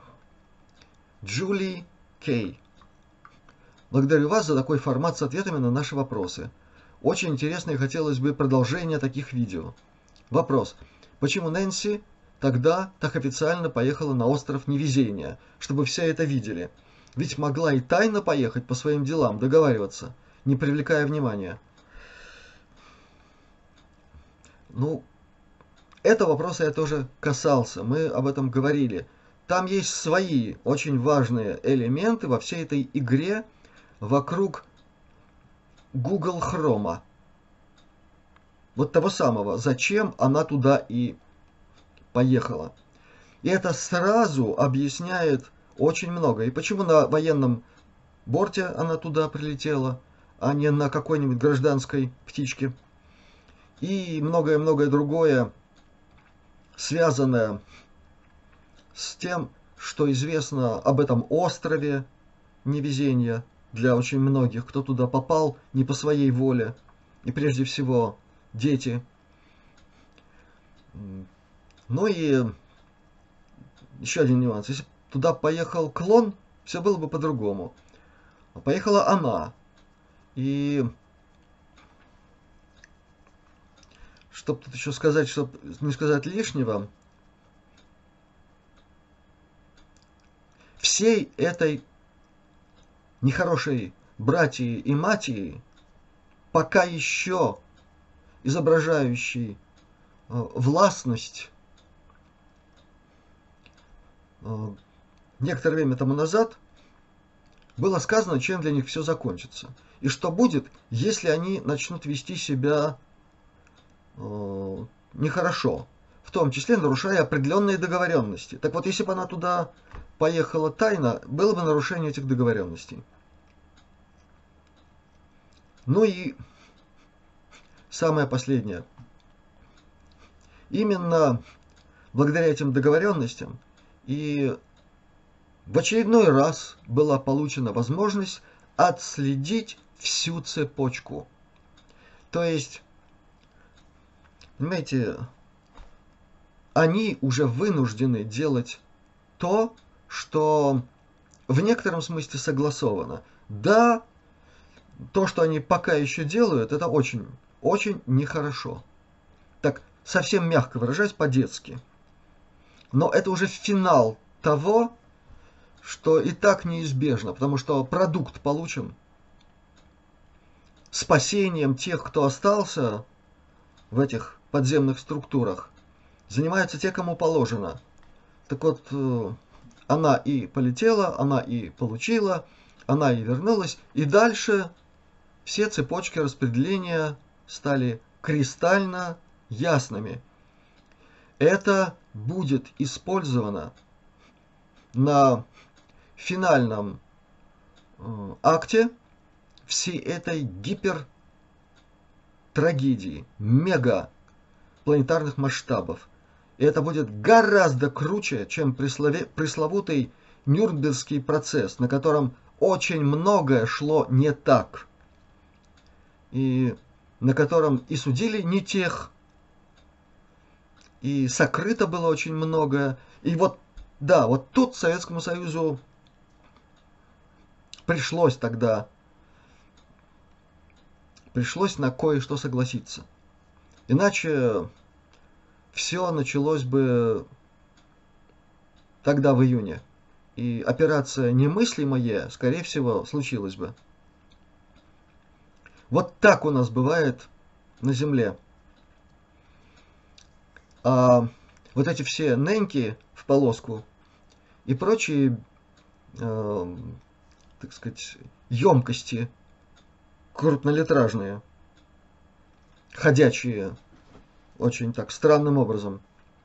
A: Джули Кей. Благодарю вас за такой формат с ответами на наши вопросы. Очень интересно и хотелось бы продолжения таких видео. Вопрос. Почему Нэнси тогда так официально поехала на остров Невезения, чтобы все это видели? Ведь могла и тайно поехать по своим делам, договариваться, не привлекая внимания. Ну, этого вопроса я тоже касался, мы об этом говорили. Там есть свои очень важные элементы во всей этой игре вокруг Google Chrome. Вот того самого, зачем она туда и поехала. И это сразу объясняет очень много. И почему на военном борте она туда прилетела, а не на какой-нибудь гражданской птичке. И многое-многое другое, связанное с тем, что известно об этом острове невезения для очень многих, кто туда попал не по своей воле. И прежде всего дети. Ну и еще один нюанс. Если бы туда поехал клон, все было бы по-другому. А поехала она. И чтобы тут еще сказать, чтобы не сказать лишнего, всей этой нехорошей братьи и матери, пока еще изображающей властность, некоторое время тому назад было сказано, чем для них все закончится. И что будет, если они начнут вести себя нехорошо, в том числе нарушая определенные договоренности. Так вот, если бы она туда поехала тайно, было бы нарушение этих договоренностей. Ну и самое последнее. Именно благодаря этим договоренностям и в очередной раз была получена возможность отследить всю цепочку. То есть, понимаете, они уже вынуждены делать то, что в некотором смысле согласовано. Да, то, что они пока еще делают, это очень, очень нехорошо. Так, совсем мягко выражаясь, по-детски. Но это уже финал того, что и так неизбежно, потому что продукт получен. Спасением тех, кто остался в этих подземных структурах, занимаются те, кому положено. Так вот, она и полетела, она и получила, она и вернулась, и дальше все цепочки распределения стали кристально ясными. Это будет использовано на финальном акте всей этой гипертрагедии, мега планетарных масштабов. И это будет гораздо круче, чем пресловутый Нюрнбергский процесс, на котором очень многое шло не так. И на котором и судили не тех, и сокрыто было очень многое. И вот, да, вот тут Советскому Союзу пришлось на кое-что согласиться. Иначе все началось бы тогда в июне. И операция «Немыслимое», скорее всего, случилась бы. Вот так у нас бывает на Земле. А вот эти все неньки в полоску и прочие, так сказать, емкости крупнолитражные, ходячие очень так странным образом,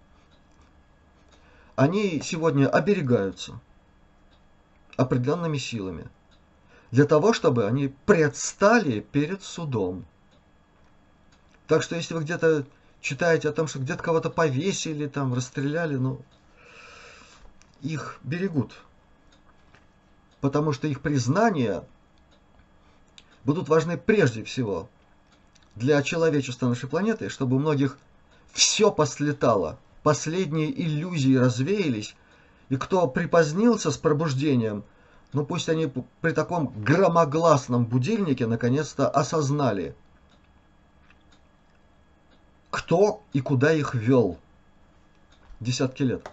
A: они сегодня оберегаются определенными силами для того, чтобы они предстали перед судом. Так что если вы где-то читаете о том, что где-то кого-то повесили, там расстреляли, ну, их берегут. Потому что их признания будут важны прежде всего для человечества нашей планеты, чтобы у многих все послетало, последние иллюзии развеялись, и кто припозднился с пробуждением, ну пусть они при таком громогласном будильнике наконец-то осознали, кто и куда их вел десятки лет.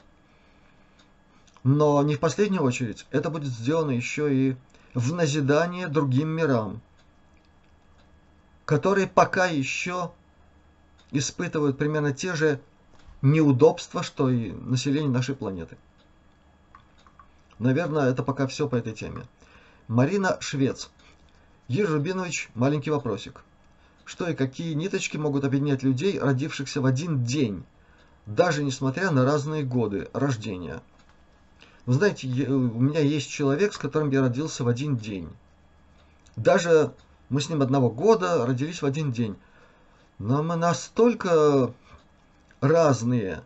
A: Но не в последнюю очередь, это будет сделано еще и в назидание другим мирам, которые пока еще испытывают примерно те же неудобства, что и население нашей планеты. Наверное, это пока все по этой теме. Марина Швец. Юрий Рубинович, маленький вопросик. Что и какие ниточки могут объединять людей, родившихся в один день, даже несмотря на разные годы рождения? Вы знаете, у меня есть человек, с которым я родился в один день. Даже мы с ним одного года родились в один день. Но мы настолько разные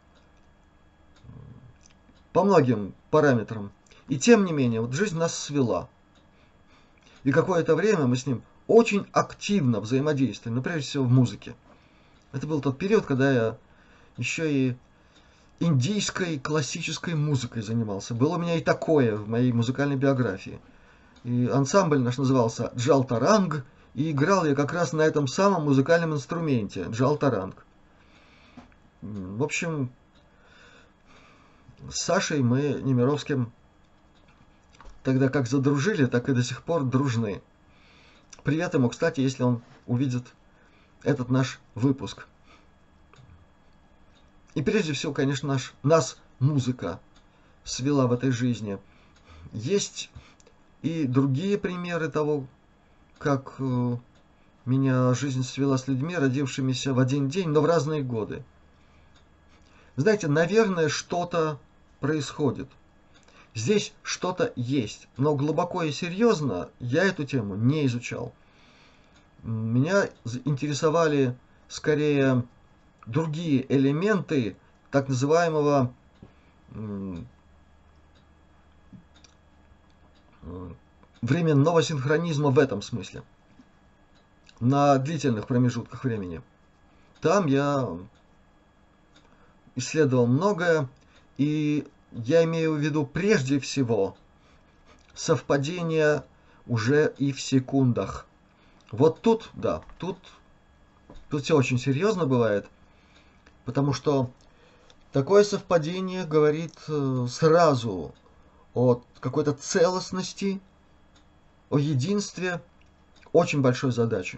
A: по многим параметрам. И тем не менее, вот жизнь нас свела. И какое-то время мы с ним очень активно взаимодействовали, но прежде всего в музыке. Это был тот период, когда я еще и индийской классической музыкой занимался. Было у меня и такое в моей музыкальной биографии. И ансамбль наш назывался «Джалтаранг», и играл я как раз на этом самом музыкальном инструменте «Джалтаранг». В общем, с Сашей мы Немировским тогда как задружили, так и до сих пор дружны. Привет ему, кстати, если он увидит этот наш выпуск. И прежде всего, конечно, нас музыка свела в этой жизни. Есть и другие примеры того, как меня жизнь свела с людьми, родившимися в один день, но в разные годы. Знаете, наверное, что-то происходит. Здесь что-то есть, но глубоко и серьезно я эту тему не изучал. Меня интересовали скорее другие элементы так называемого временного синхронизма в этом смысле, на длительных промежутках времени. Там я исследовал многое, и я имею в виду прежде всего совпадение уже и в секундах. Вот тут, да, тут все очень серьезно бывает, потому что такое совпадение говорит сразу о какой-то целостности, о единстве очень большой задачи.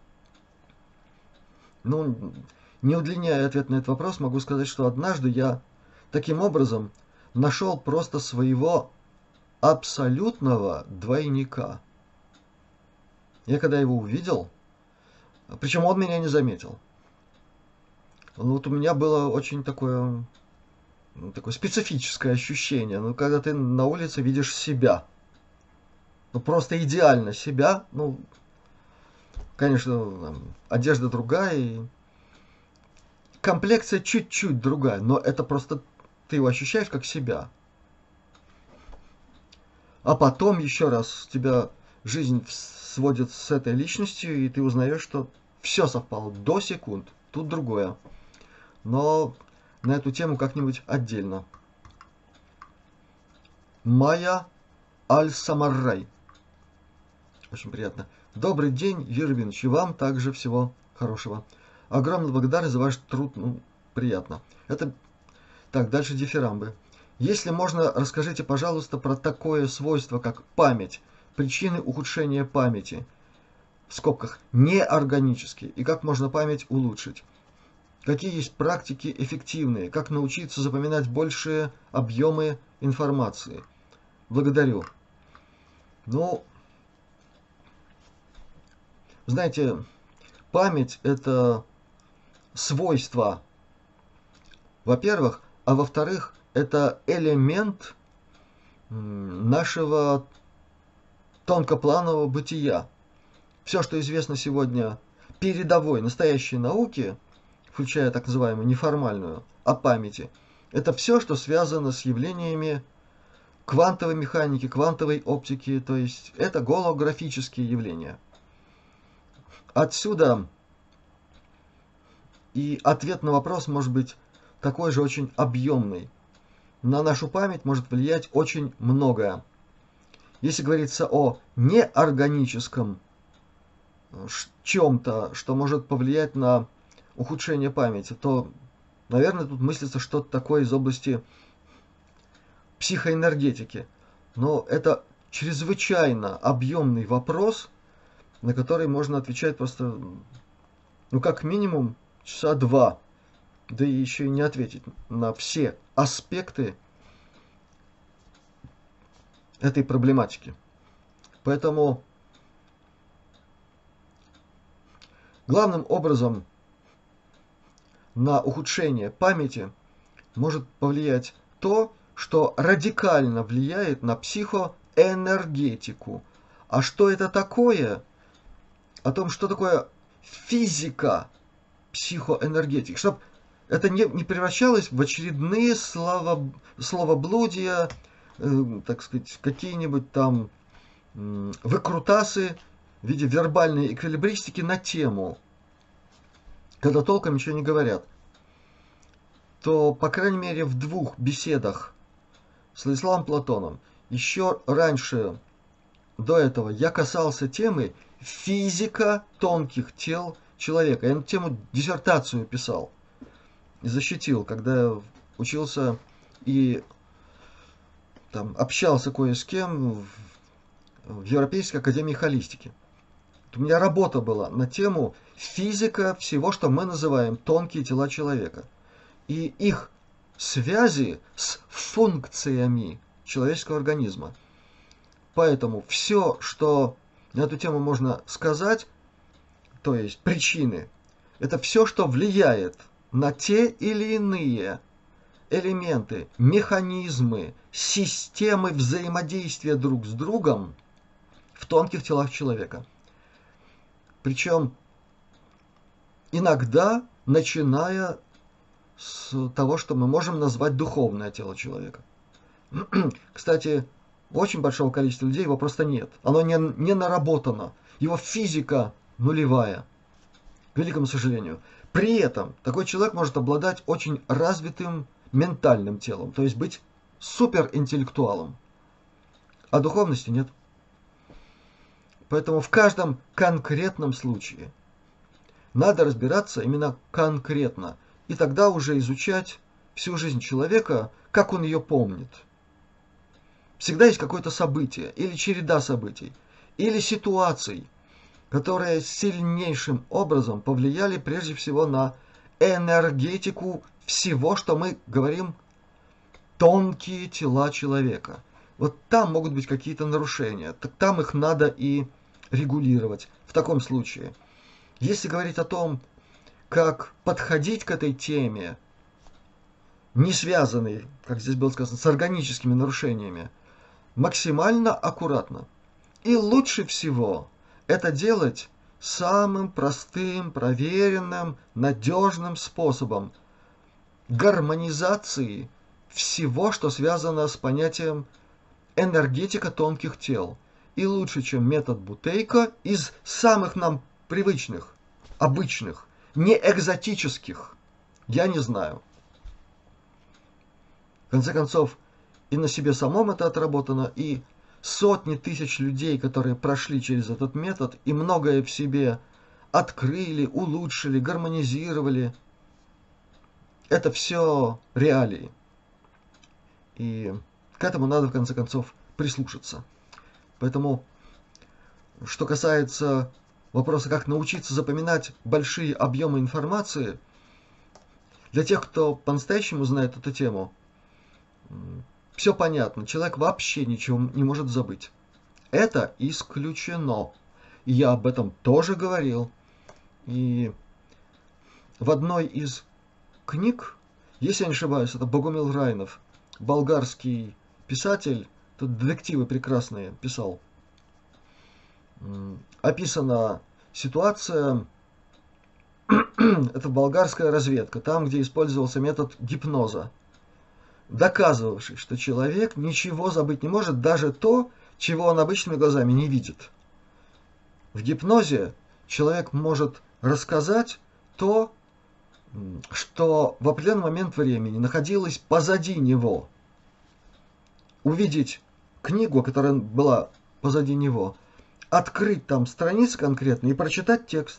A: Ну, не удлиняя ответ на этот вопрос, могу сказать, что однажды я таким образом нашел просто своего абсолютного двойника. Я когда его увидел, причем он меня не заметил. Вот у меня было очень такое специфическое ощущение. Ну, когда ты на улице видишь себя, ну, просто идеально себя, ну, конечно, там, одежда другая, и комплекция чуть-чуть другая, но это просто ты его ощущаешь как себя. А потом еще раз тебя жизнь сводит с этой личностью, и ты узнаешь, что все совпало до секунд, тут другое. Но на эту тему как-нибудь отдельно. Майя Аль-Самаррай. Очень приятно. Добрый день, Юрий Ильич, и вам также всего хорошего. Огромная благодарность за ваш труд. Ну, приятно. Это... Так, дальше дифирамбы. Если можно, расскажите, пожалуйста, про такое свойство, как память, причины ухудшения памяти, в скобках, неорганические, и как можно память улучшить. Какие есть практики эффективные, как научиться запоминать большие объемы информации. Благодарю. Ну, знаете, память – это свойство, во-первых, а во-вторых, это элемент нашего тонкопланового бытия. Все, что известно сегодня передовой, настоящей науке, включая так называемую неформальную, о памяти, это все, что связано с явлениями квантовой механики, квантовой оптики, то есть это голографические явления. Отсюда и ответ на вопрос может быть такой же очень объемный. На нашу память может влиять очень многое. Если говорится о неорганическом чем-то, что может повлиять на ухудшение памяти, то, наверное, тут мыслится что-то такое из области психоэнергетики. Но это чрезвычайно объемный вопрос, на который можно отвечать просто, ну, как минимум, часа два. Да и еще и не ответить на все аспекты этой проблематики. Поэтому главным образом на ухудшение памяти может повлиять то, что радикально влияет на психоэнергетику. А что это такое? О том, что такое физика психоэнергетики. Чтобы это не превращалось в очередные словоблудия, так сказать, какие-нибудь там выкрутасы в виде вербальной эквилибристики на тему, когда толком ничего не говорят. То, по крайней мере, в двух беседах с Владиславом Платоном, еще раньше, до этого, я касался темы физика тонких тел человека. Я на тему диссертацию писал и защитил, когда учился и там общался кое с кем в Европейской академии холистики. У меня работа была на тему физика всего, что мы называем тонкие тела человека. И их связи с функциями человеческого организма. Поэтому все, что на эту тему можно сказать, то есть причины, это все, что влияет на те или иные элементы, механизмы, системы взаимодействия друг с другом в тонких телах человека. Причем иногда начиная с того, что мы можем назвать духовное тело человека. Кстати, у очень большого количества людей его просто нет. Оно не наработано. Его физика нулевая, к великому сожалению. При этом такой человек может обладать очень развитым ментальным телом, то есть быть суперинтеллектуалом. А духовности нет. Поэтому в каждом конкретном случае надо разбираться именно конкретно. И тогда уже изучать всю жизнь человека, как он ее помнит. Всегда есть какое-то событие, или череда событий, или ситуаций, которые сильнейшим образом повлияли прежде всего на энергетику всего, что мы говорим, тонкие тела человека. Вот там могут быть какие-то нарушения, так там их надо и регулировать. В таком случае, если говорить о том, как подходить к этой теме, не связанной, как здесь было сказано, с органическими нарушениями, максимально аккуратно. И лучше всего это делать самым простым, проверенным, надежным способом гармонизации всего, что связано с понятием энергетика тонких тел. И лучше, чем метод Бутейко, из самых нам привычных, обычных, не экзотических, я не знаю. В конце концов, и на себе самом это отработано, и сотни тысяч людей, которые прошли через этот метод и многое в себе открыли, улучшили, гармонизировали. Это все реалии. И к этому надо, в конце концов, прислушаться. Поэтому, что касается вопроса, как научиться запоминать большие объемы информации, для тех, кто по-настоящему знает эту тему, все понятно, человек вообще ничего не может забыть. Это исключено. И я об этом тоже говорил. И в одной из книг, если я не ошибаюсь, это Богумил Райнов, болгарский писатель, тут детективы прекрасные писал. Описана ситуация, это болгарская разведка, там, где использовался метод гипноза, доказывавший, что человек ничего забыть не может, даже то, чего он обычными глазами не видит. В гипнозе человек может рассказать то, что в определенный момент времени находилось позади него. Увидеть книгу, которая была позади него, открыть там страницы конкретно и прочитать текст.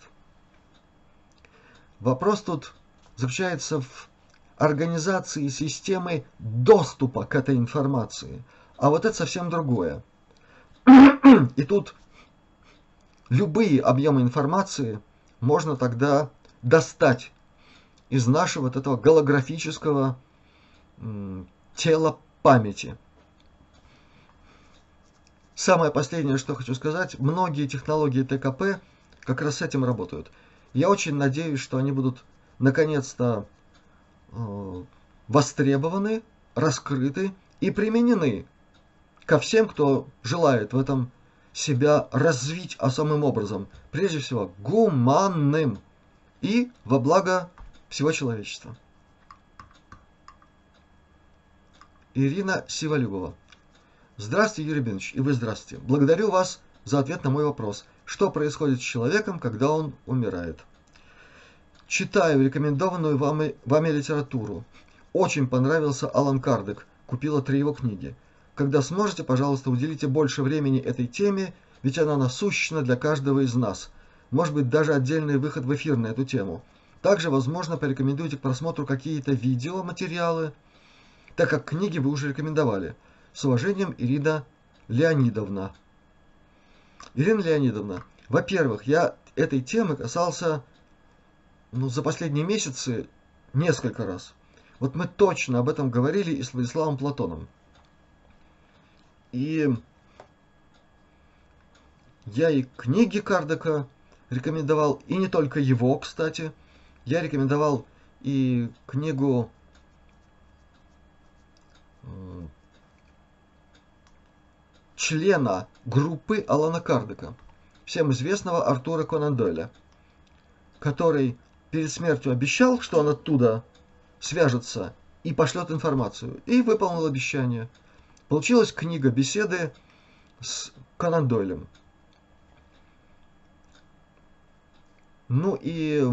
A: Вопрос тут заключается в организации системы доступа к этой информации. А вот это совсем другое. И тут любые объемы информации можно тогда достать из нашего вот этого голографического тела памяти. Самое последнее, что хочу сказать, многие технологии ТКП как раз с этим работают. Я очень надеюсь, что они будут наконец-то востребованы, раскрыты и применены ко всем, кто желает в этом себя развить особым образом, прежде всего гуманным и во благо всего человечества. Ирина Сиволюбова. Здравствуйте, Юрий Бенович, и вы здравствуйте. Благодарю вас за ответ на мой вопрос. Что происходит с человеком, когда он умирает? Читаю рекомендованную вами литературу. Очень понравился Алан Кардек. Купила 3 его книги. Когда сможете, пожалуйста, уделите больше времени этой теме, ведь она насущна для каждого из нас. Может быть, даже отдельный выход в эфир на эту тему. Также, возможно, порекомендуйте к просмотру какие-то видеоматериалы, так как книги вы уже рекомендовали. С уважением, Ирина Леонидовна. Ирина Леонидовна, во-первых, я этой темы касался за последние месяцы несколько раз. Вот мы точно об этом говорили и с Владиславом Платоном. И я и книги Кардека рекомендовал, и не только его, кстати. Я рекомендовал и книгу члена группы Алана Кардека, всем известного Артура Конан Дойля, который перед смертью обещал, что он оттуда свяжется и пошлет информацию, и выполнил обещание. Получилась книга «Беседы с Конан Дойлем». Ну и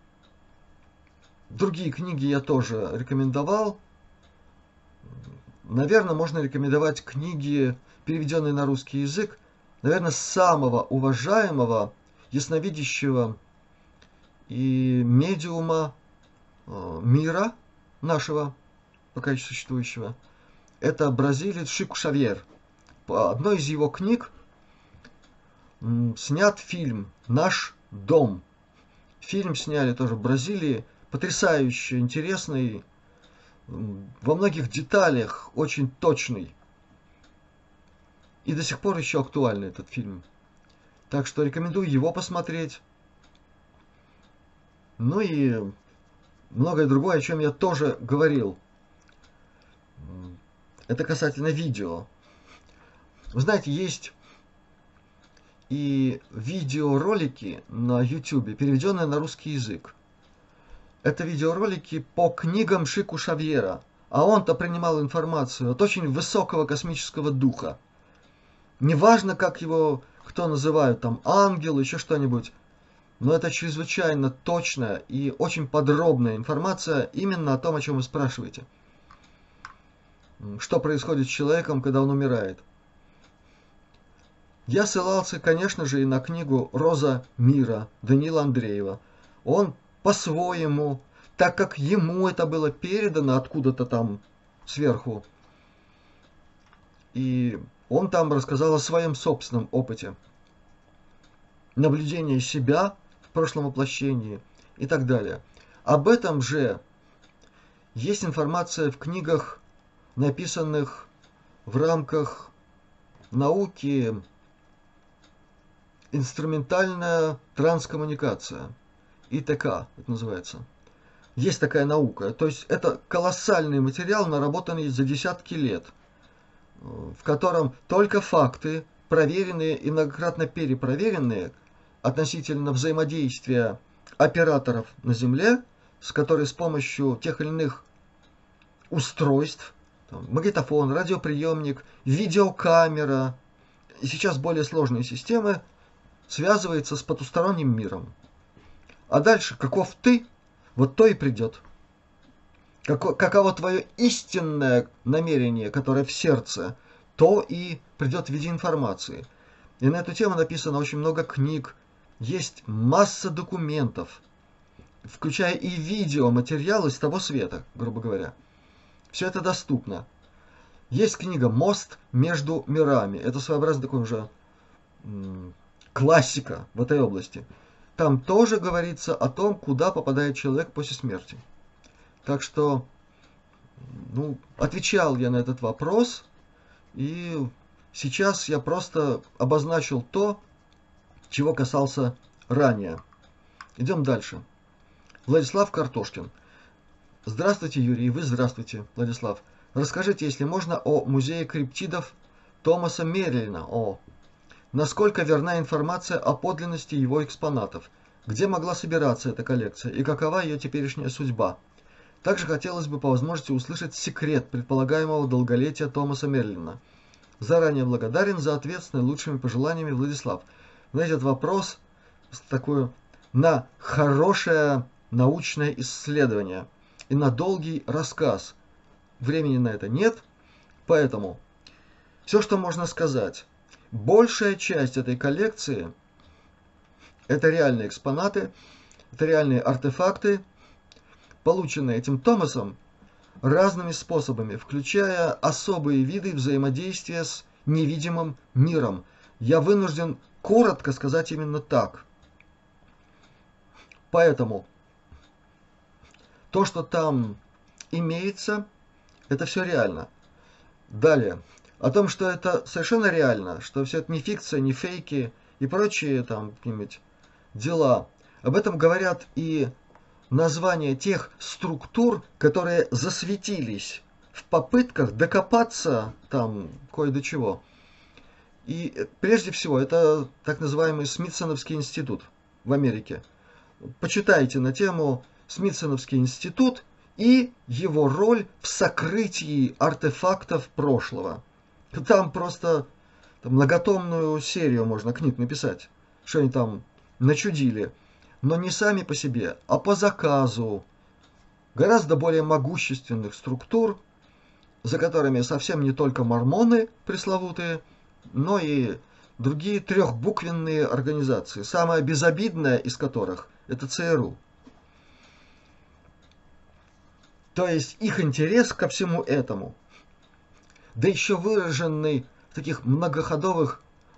A: другие книги я тоже рекомендовал. Наверное, можно рекомендовать книги, переведенные на русский язык, наверное, самого уважаемого ясновидящего и медиума мира нашего, пока еще существующего. Это бразилец Шику Шавьер. по одной из его книг снят фильм «Наш дом». Фильм сняли тоже в Бразилии, потрясающе интересный, во многих деталях очень точный. И до сих пор еще актуальный этот фильм. Так что рекомендую его посмотреть. Ну и многое другое, о чем я тоже говорил. Это касательно видео. Вы знаете, есть и видеоролики на YouTube, переведенные на русский язык. Это видеоролики по книгам Шику Шавьера. А он-то принимал информацию от очень высокого космического духа. Неважно, как его кто называют, там, ангел, еще что-нибудь. Но это чрезвычайно точная и очень подробная информация именно о том, о чем вы спрашиваете. Что происходит с человеком, когда он умирает. Я ссылался, конечно же, и на книгу «Роза мира» Даниила Андреева. Он по-своему, так как ему это было передано откуда-то там сверху, и он там рассказал о своем собственном опыте. Наблюдение себя в прошлом воплощении и так далее. Об этом же есть информация в книгах, написанных в рамках науки инструментальная транскоммуникация, ИТК это называется. Есть такая наука, то есть это колоссальный материал, наработанный за десятки лет, в котором только факты, проверенные и многократно перепроверенные относительно взаимодействия операторов на Земле, с которой с помощью тех или иных устройств, там, магнитофон, радиоприемник, видеокамера и сейчас более сложные системы, связывается с потусторонним миром. А дальше, каков ты, вот то и придет. Каково твое истинное намерение, которое в сердце, то и придет в виде информации. И на эту тему написано очень много книг, есть масса документов, включая и видеоматериалы с того света, грубо говоря. Все это доступно. Есть книга «Мост между мирами». Это своеобразный такой уже классика в этой области. Там тоже говорится о том, куда попадает человек после смерти. Так что, отвечал я на этот вопрос, и сейчас я просто обозначил то, чего касался ранее. Идем дальше. Владислав Картошкин. Здравствуйте, Юрий, вы здравствуйте, Владислав. Расскажите, если можно, о музее криптидов Томаса Мерлина. Насколько верна информация о подлинности его экспонатов? Где могла собираться эта коллекция и какова ее теперешняя судьба? Также хотелось бы по возможности услышать секрет предполагаемого долголетия Томаса Мерлина. Заранее благодарен за ответ с наилучшими пожеланиями, Владислав. Знаете, этот вопрос такой на хорошее научное исследование и на долгий рассказ. Времени на это нет, поэтому все, что можно сказать. Большая часть этой коллекции – это реальные экспонаты, это реальные артефакты, полученные этим Томасом разными способами, включая особые виды взаимодействия с невидимым миром. Я вынужден коротко сказать именно так. Поэтому то, что там имеется, это все реально. Далее. О том, что это совершенно реально, что все это не фикция, не фейки и прочие там какие-нибудь дела. Об этом говорят и названия тех структур, которые засветились в попытках докопаться там кое до чего. И прежде всего это так называемый Смитсоновский институт в Америке. Почитайте на тему Смитсоновский институт и его роль в сокрытии артефактов прошлого. Там просто многотомную серию можно книг написать, что они там начудили. Но не сами по себе, а по заказу гораздо более могущественных структур, за которыми совсем не только мормоны пресловутые, но и другие трехбуквенные организации, самая безобидная из которых – это ЦРУ. То есть их интерес ко всему этому, да еще выраженный таких многоходовых,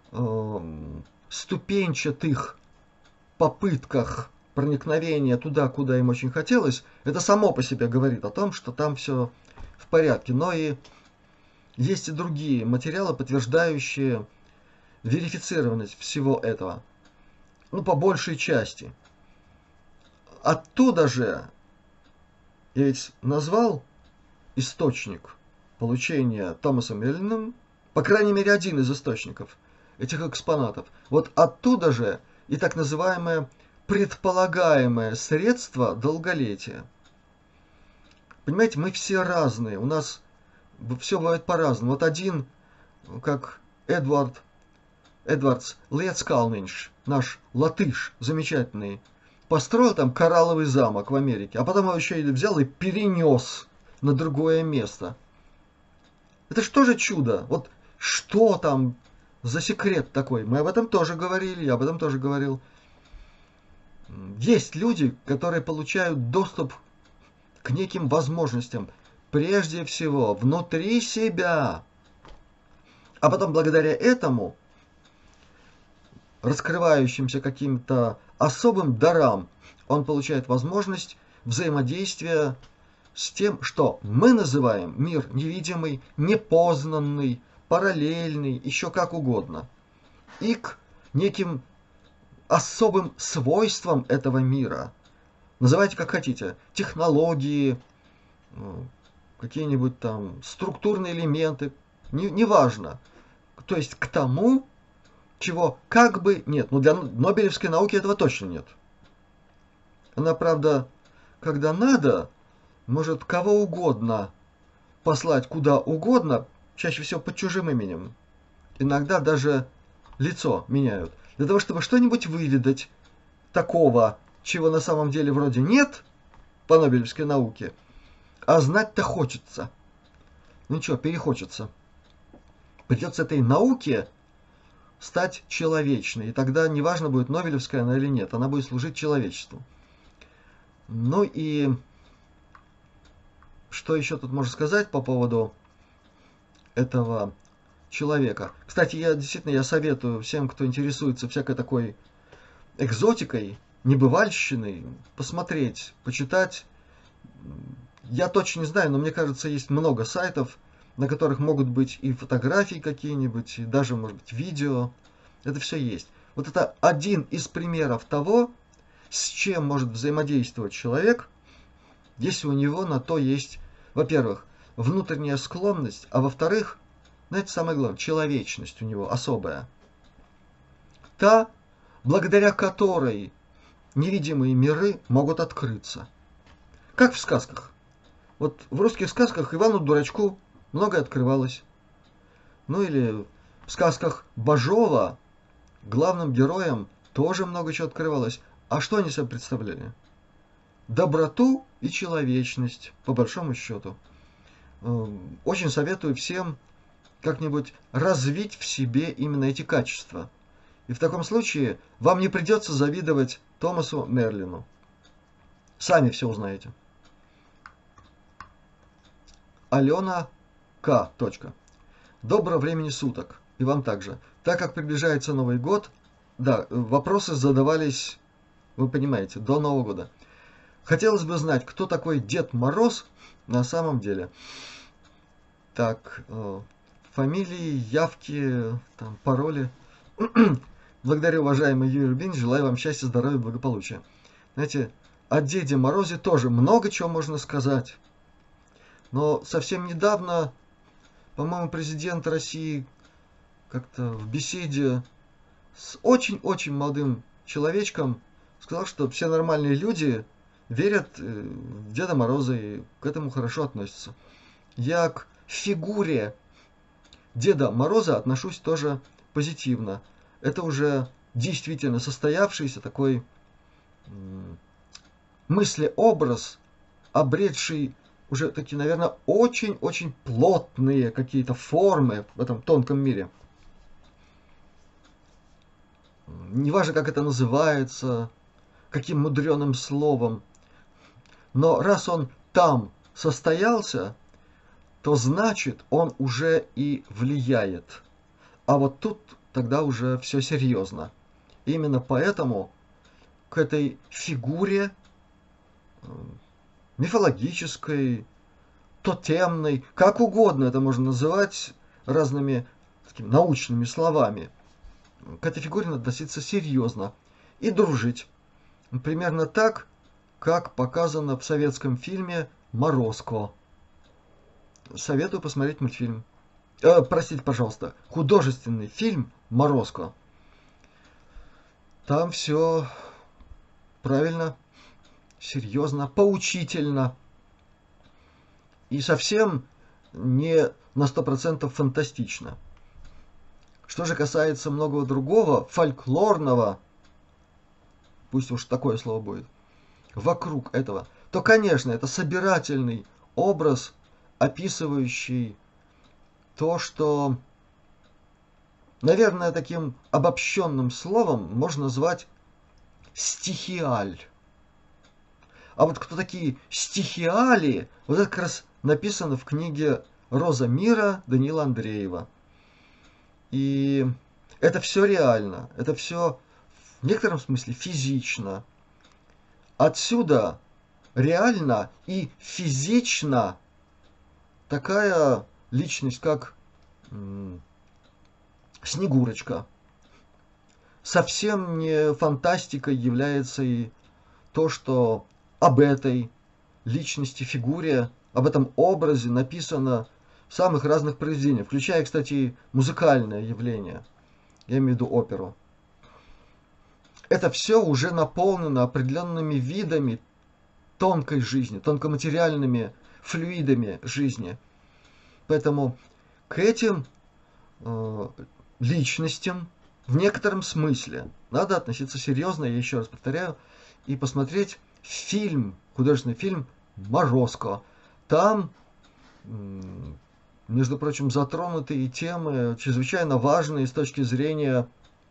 A: ступенчатых попытках проникновения туда, куда им очень хотелось, это само по себе говорит о том, что там все в порядке. Но и есть и другие материалы, подтверждающие верифицированность всего этого. Ну, по большей части. Оттуда же, я ведь назвал источник получения Томасом Мерлином, по крайней мере, один из источников этих экспонатов. Вот оттуда же и так называемое предполагаемое средство долголетия. Понимаете, мы все разные, у нас все бывает по-разному. Вот один, как Эдвардс Лецкалнинш, наш латыш замечательный, построил там коралловый замок в Америке, а потом его еще и взял и перенес на другое место. Это что же чудо? Вот что там за секрет такой? Мы об этом тоже говорили, я об этом тоже говорил. Есть люди, которые получают доступ к неким возможностям, прежде всего, внутри себя. А потом, благодаря этому, раскрывающимся каким-то особым дарам, он получает возможность взаимодействия с тем, что мы называем мир невидимый, непознанный, параллельный, еще как угодно. И к неким особым свойствам этого мира. Называйте как хотите. Технологии, какие-нибудь там структурные элементы. Неважно. То есть к тому, чего как бы нет. Но для Нобелевской науки этого точно нет. Она, правда, когда надо, может кого угодно послать куда угодно, чаще всего под чужим именем. Иногда даже лицо меняют. Для того, чтобы что-нибудь выведать такого, чего на самом деле вроде нет по Нобелевской науке, а знать-то хочется. Ну ничего, перехочется. Придется этой науке стать человечной. И тогда неважно, будет Нобелевская она или нет, она будет служить человечеству. Ну и что еще тут можно сказать по поводу этого человека? Кстати, я советую всем, кто интересуется всякой такой экзотикой, небывальщиной, посмотреть, почитать. Я точно не знаю, но мне кажется, есть много сайтов, на которых могут быть и фотографии какие-нибудь, и даже, может быть, видео. Это все есть. Вот это один из примеров того, с чем может взаимодействовать человек, если у него на то есть, во-первых, внутренняя склонность, а во-вторых, знаете, самое главное, человечность у него особая. Та, благодаря которой невидимые миры могут открыться. Как в сказках. Вот в русских сказках Ивану Дурачку многое открывалось. Ну или в сказках Бажова главным героям тоже много чего открывалось. А что они себе представляли? Доброту и человечность, по большому счету. Очень советую всем как-нибудь развить в себе именно эти качества. И в таком случае вам не придется завидовать Томасу Мерлину. Сами все узнаете. Алена К. Доброго времени суток. И вам также. Так как приближается Новый год, да, вопросы задавались, вы понимаете, до Нового года. Хотелось бы знать, кто такой Дед Мороз на самом деле. Так, фамилии, явки, там, пароли. Благодарю, уважаемый Юрий Рубин, желаю вам счастья, здоровья, благополучия. Знаете, о Деде Морозе тоже много чего можно сказать. Но совсем недавно, по-моему, президент России как-то в беседе с очень-очень молодым человечком сказал, что все нормальные люди верят в Деда Мороза и к этому хорошо относятся. Я к фигуре Деда Мороза отношусь тоже позитивно. Это уже действительно состоявшийся такой мыслеобраз, обретший уже такие, наверное, очень-очень плотные какие-то формы в этом тонком мире. Неважно, как это называется, каким мудреным словом, но раз он там состоялся, то значит он уже и влияет А вот тут тогда уже все серьезно. Именно поэтому к этой фигуре мифологической, тотемной, как угодно это можно называть разными такими научными словами, к этой фигуре надо относиться серьезно и дружить. Примерно так, как показано в советском фильме «Морозко». Советую посмотреть мультфильм. Простите, пожалуйста, художественный фильм «Морозко». Там все правильно, серьезно, поучительно и совсем не на 100% фантастично. Что же касается многого другого, фольклорного, пусть уж такое слово будет, вокруг этого, то, конечно, это собирательный образ, описывающий то, что, наверное, таким обобщенным словом можно назвать стихиаль. А вот кто такие стихиали, вот это как раз написано в книге «Роза мира» Даниила Андреева. И это все реально, это все в некотором смысле физично. Отсюда реально и физично такая личность, как Снегурочка. Совсем не фантастикой является и то, что об этой личности, фигуре, об этом образе написано в самых разных произведениях, включая, кстати, музыкальное явление. Я имею в виду оперу. Это все уже наполнено определенными видами тонкой жизни, тонкоматериальными флюидами жизни. Поэтому к этим личностям в некотором смысле надо относиться серьезно, я еще раз повторяю, и посмотреть фильм, художественный фильм «Морозко». Там, между прочим, затронуты и темы чрезвычайно важные с точки зрения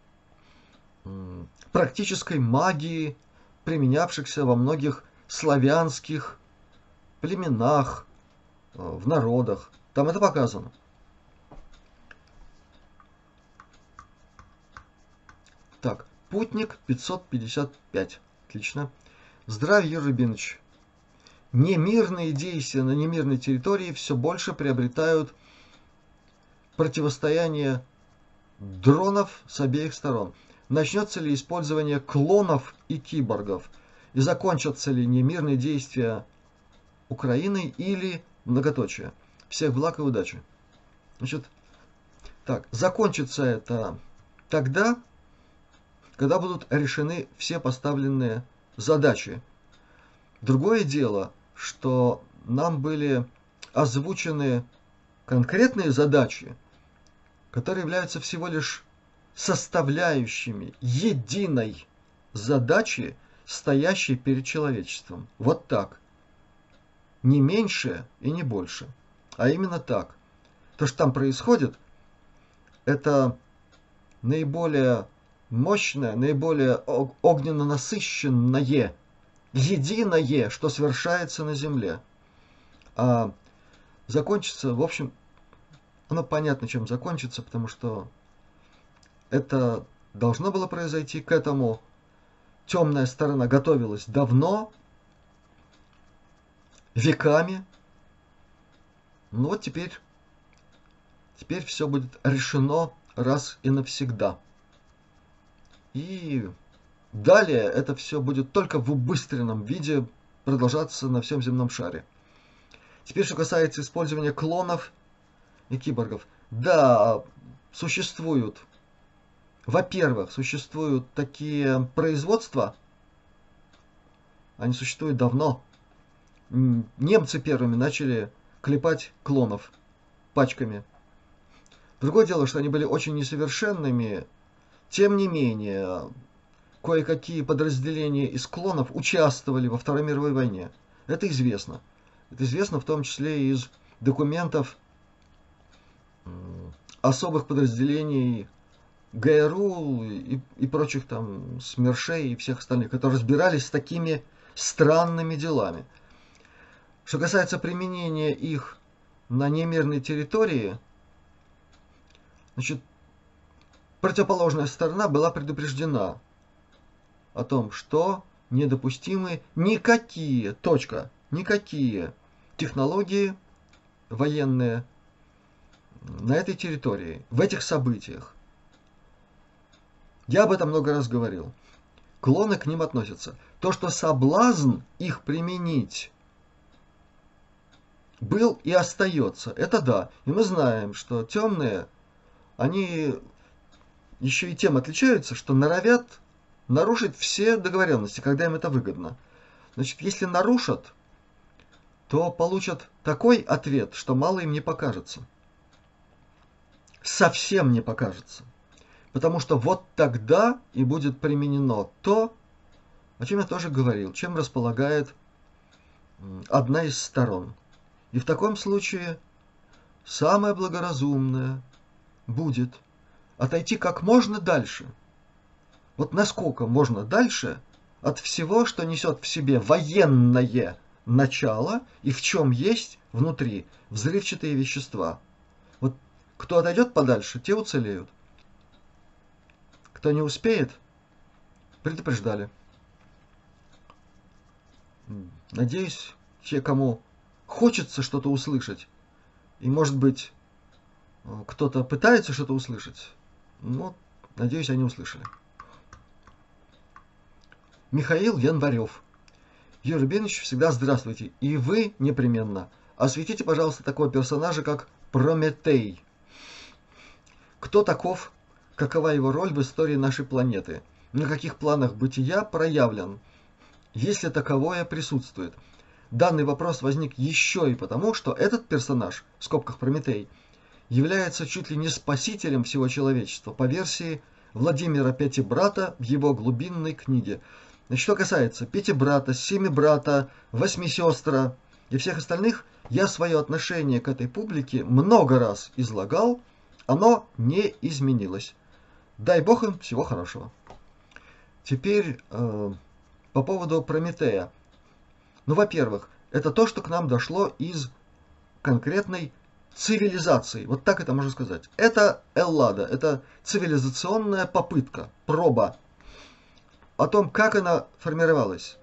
A: практической магии, применявшихся во многих славянских племенах, в народах. Там это показано. Так, путник 555. Отлично. Здравия, Юрий Рубинович. Немирные действия на немирной территории все больше приобретают противостояние дронов с обеих сторон. Начнется ли использование клонов и киборгов? И закончатся ли немирные действия Украины или многоточие? Всех благ и удачи. Значит, так, закончится это тогда, когда будут решены все поставленные задачи. Другое дело, что нам были озвучены конкретные задачи, которые являются всего лишь составляющими единой задачи, стоящей перед человечеством. Вот так. Не меньше и не больше. А именно так. То, что там происходит, это наиболее мощное, наиболее огненно насыщенное, единое, что совершается на Земле. А закончится, в общем, оно понятно, чем закончится, потому что это должно было произойти, к этому темная сторона готовилась давно, веками. Ну вот теперь все будет решено раз и навсегда. И далее это все будет только в убыстренном виде продолжаться на всем земном шаре. Теперь, что касается использования клонов и киборгов. Да, существуют. Во-первых, существуют такие производства. Они существуют давно. Немцы первыми начали клепать клонов пачками. Другое дело, что они были очень несовершенными. Тем не менее, кое-какие подразделения из клонов участвовали во Второй мировой войне. Это известно. Это известно в том числе из документов особых подразделений ГРУ и прочих там СМЕРШей и всех остальных, которые разбирались с такими странными делами. Что касается применения их на немирной территории, значит, противоположная сторона была предупреждена о том, что недопустимы никакие, точка, никакие технологии военные на этой территории, в этих событиях. Я об этом много раз говорил. Клоны к ним относятся. То, что соблазн их применить был и остается, это да. И мы знаем, что темные, они еще и тем отличаются, что норовят нарушить все договоренности, когда им это выгодно. Значит, если нарушат, то получат такой ответ, что мало им не покажется. Совсем не покажется. Потому что вот тогда и будет применено то, о чем я тоже говорил, чем располагает одна из сторон. И в таком случае самое благоразумное будет отойти как можно дальше. Вот насколько можно дальше от всего, что несет в себе военное начало и в чем есть внутри взрывчатые вещества. Вот кто отойдет подальше, те уцелеют. Кто не успеет, предупреждали. Надеюсь, те, кому хочется что-то услышать, и, может быть, кто-то пытается что-то услышать, но, надеюсь, они услышали. Михаил Январев. Юрий Рубинович, всегда здравствуйте. И вы непременно. Осветите, пожалуйста, такого персонажа, как Прометей. Кто таков? Какова его роль в истории нашей планеты? На каких планах бытия проявлен, если таковое присутствует? Данный вопрос возник еще и потому, что этот персонаж, в скобках Прометей, является чуть ли не спасителем всего человечества, по версии Владимира Пятибрата в его глубинной книге. Значит, что касается Пятибрата, Семибрата, Восьмисестра и всех остальных, я свое отношение к этой публике много раз излагал, оно не изменилось. Дай Бог им всего хорошего. Теперь по поводу Прометея. Ну, во-первых, это то, что к нам дошло из конкретной цивилизации. Вот так это можно сказать. Это Эллада, это цивилизационная попытка, проба. О том, как она формировалась,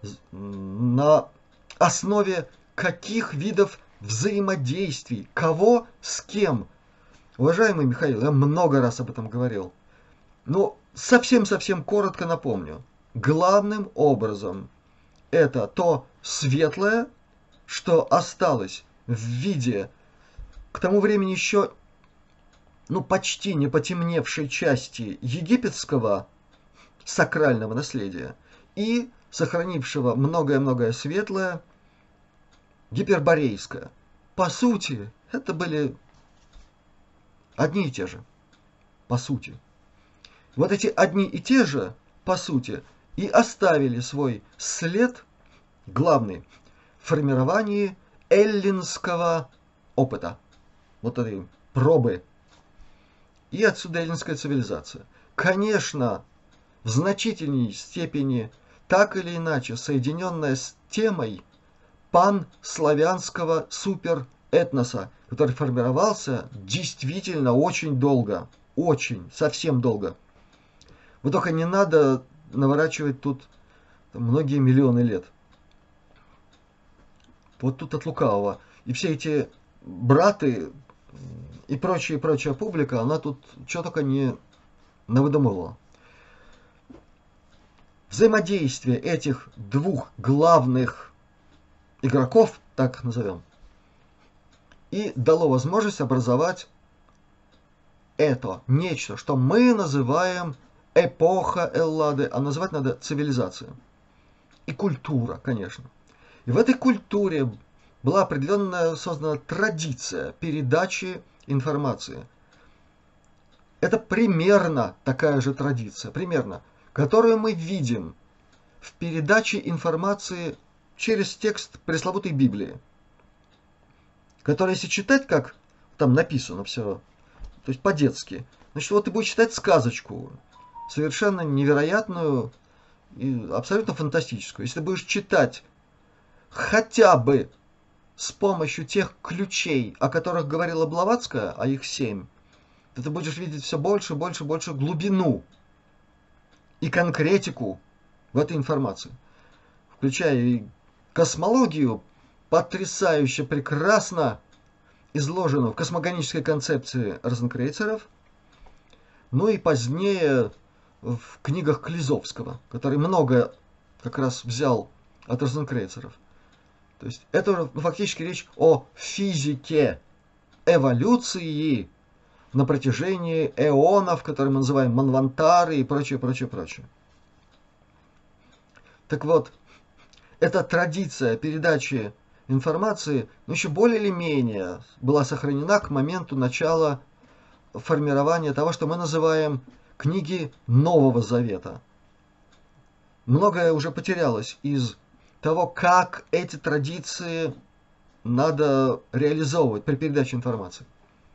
A: на основе каких видов взаимодействий, кого с кем. Уважаемый Михаил, я много раз об этом говорил. Но совсем-совсем коротко напомню. Главным образом это то светлое, что осталось в виде к тому времени еще почти не потемневшей части египетского сакрального наследия и сохранившего многое-многое светлое гиперборейское. По сути, это были одни и те же. По сути. Вот эти одни и те же, по сути, и оставили свой след, главный, в формировании эллинского опыта. Вот этой пробы. И отсюда эллинская цивилизация. Конечно, в значительной степени, так или иначе, соединенная с темой панславянского суперэтноса, который формировался действительно очень долго. Очень, совсем долго. Вот только не надо наворачивать тут многие миллионы лет. Вот тут от лукавого. И все эти браты и прочая публика, она тут что только не навыдумывала. Взаимодействие этих двух главных игроков, так их назовем, и дало возможность образовать это нечто, что мы называем эпоха Эллады, а называть надо цивилизация. И культура, конечно. И в этой культуре была определенная создана традиция передачи информации. Это примерно такая же традиция, которую мы видим в передаче информации через текст пресловутой Библии, который, если читать, как там написано все, то есть по-детски, значит, вот ты будешь читать сказочку, совершенно невероятную и абсолютно фантастическую. Если ты будешь читать хотя бы с помощью тех ключей, о которых говорила Блаватская, а их 7, ты будешь видеть все больше, больше, больше глубину и конкретику в этой информации, включая и космологию, потрясающе прекрасно изложено в космогонической концепции розенкрейцеров, ну и позднее в книгах Клизовского, который многое как раз взял от розенкрейцеров. То есть это фактически речь о физике эволюции на протяжении эонов, которые мы называем манвантары и прочее, прочее, прочее. Так вот, эта традиция передачи информации еще более или менее была сохранена к моменту начала формирования того, что мы называем книги Нового Завета. Многое уже потерялось из того, как эти традиции надо реализовывать при передаче информации.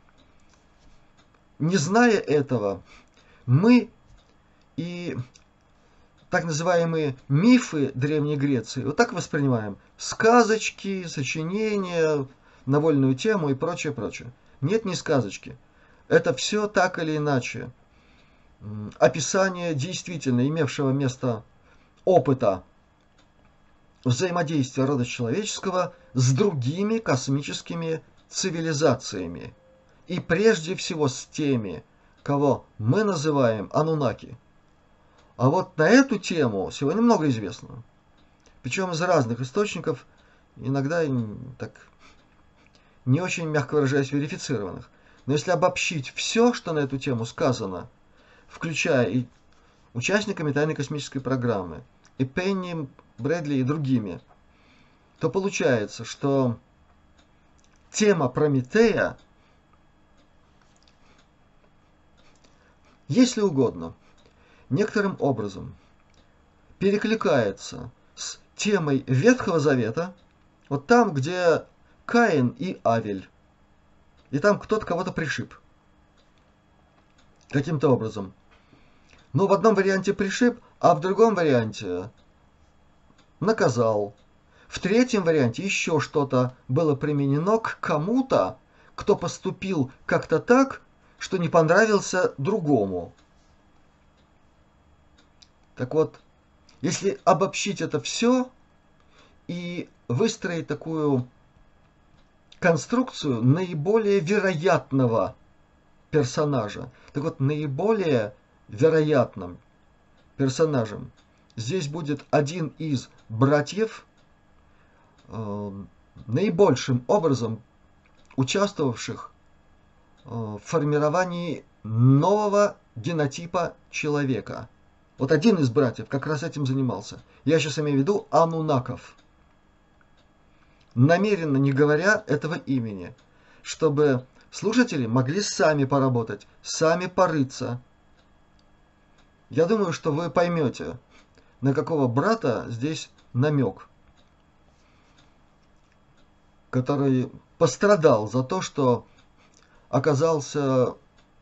A: Не зная этого, мы и так называемые мифы Древней Греции вот так воспринимаем. Сказочки, сочинения на вольную тему и прочее, прочее. Нет, не сказочки. Это все так или иначе описание действительно имевшего место опыта взаимодействия рода человеческого с другими космическими цивилизациями. И прежде всего с теми, кого мы называем анунаки. А вот на эту тему сегодня много известно. Причем из разных источников, иногда так не очень, мягко выражаясь, верифицированных. Но если обобщить все, что на эту тему сказано, включая и участниками тайной космической программы, и Пенни, Брэдли и другими, то получается, что тема Прометея, если угодно, некоторым образом перекликается с темой Ветхого Завета, вот там, где Каин и Авель, и там кто-то кого-то пришиб каким-то образом. Но в одном варианте пришиб, а в другом варианте наказал. В третьем варианте еще что-то было применено к кому-то, кто поступил как-то так, что не понравился другому. Так вот, если обобщить это все и выстроить такую конструкцию наиболее вероятного персонажа, так вот, наиболее вероятным персонажем здесь будет один из братьев, наибольшим образом участвовавших в формировании нового генотипа человека. Вот один из братьев как раз этим занимался. Я сейчас имею в виду анунаков. Намеренно не говоря этого имени, чтобы слушатели могли сами поработать, сами порыться. Я думаю, что вы поймете, на какого брата здесь намек, который пострадал за то, что оказался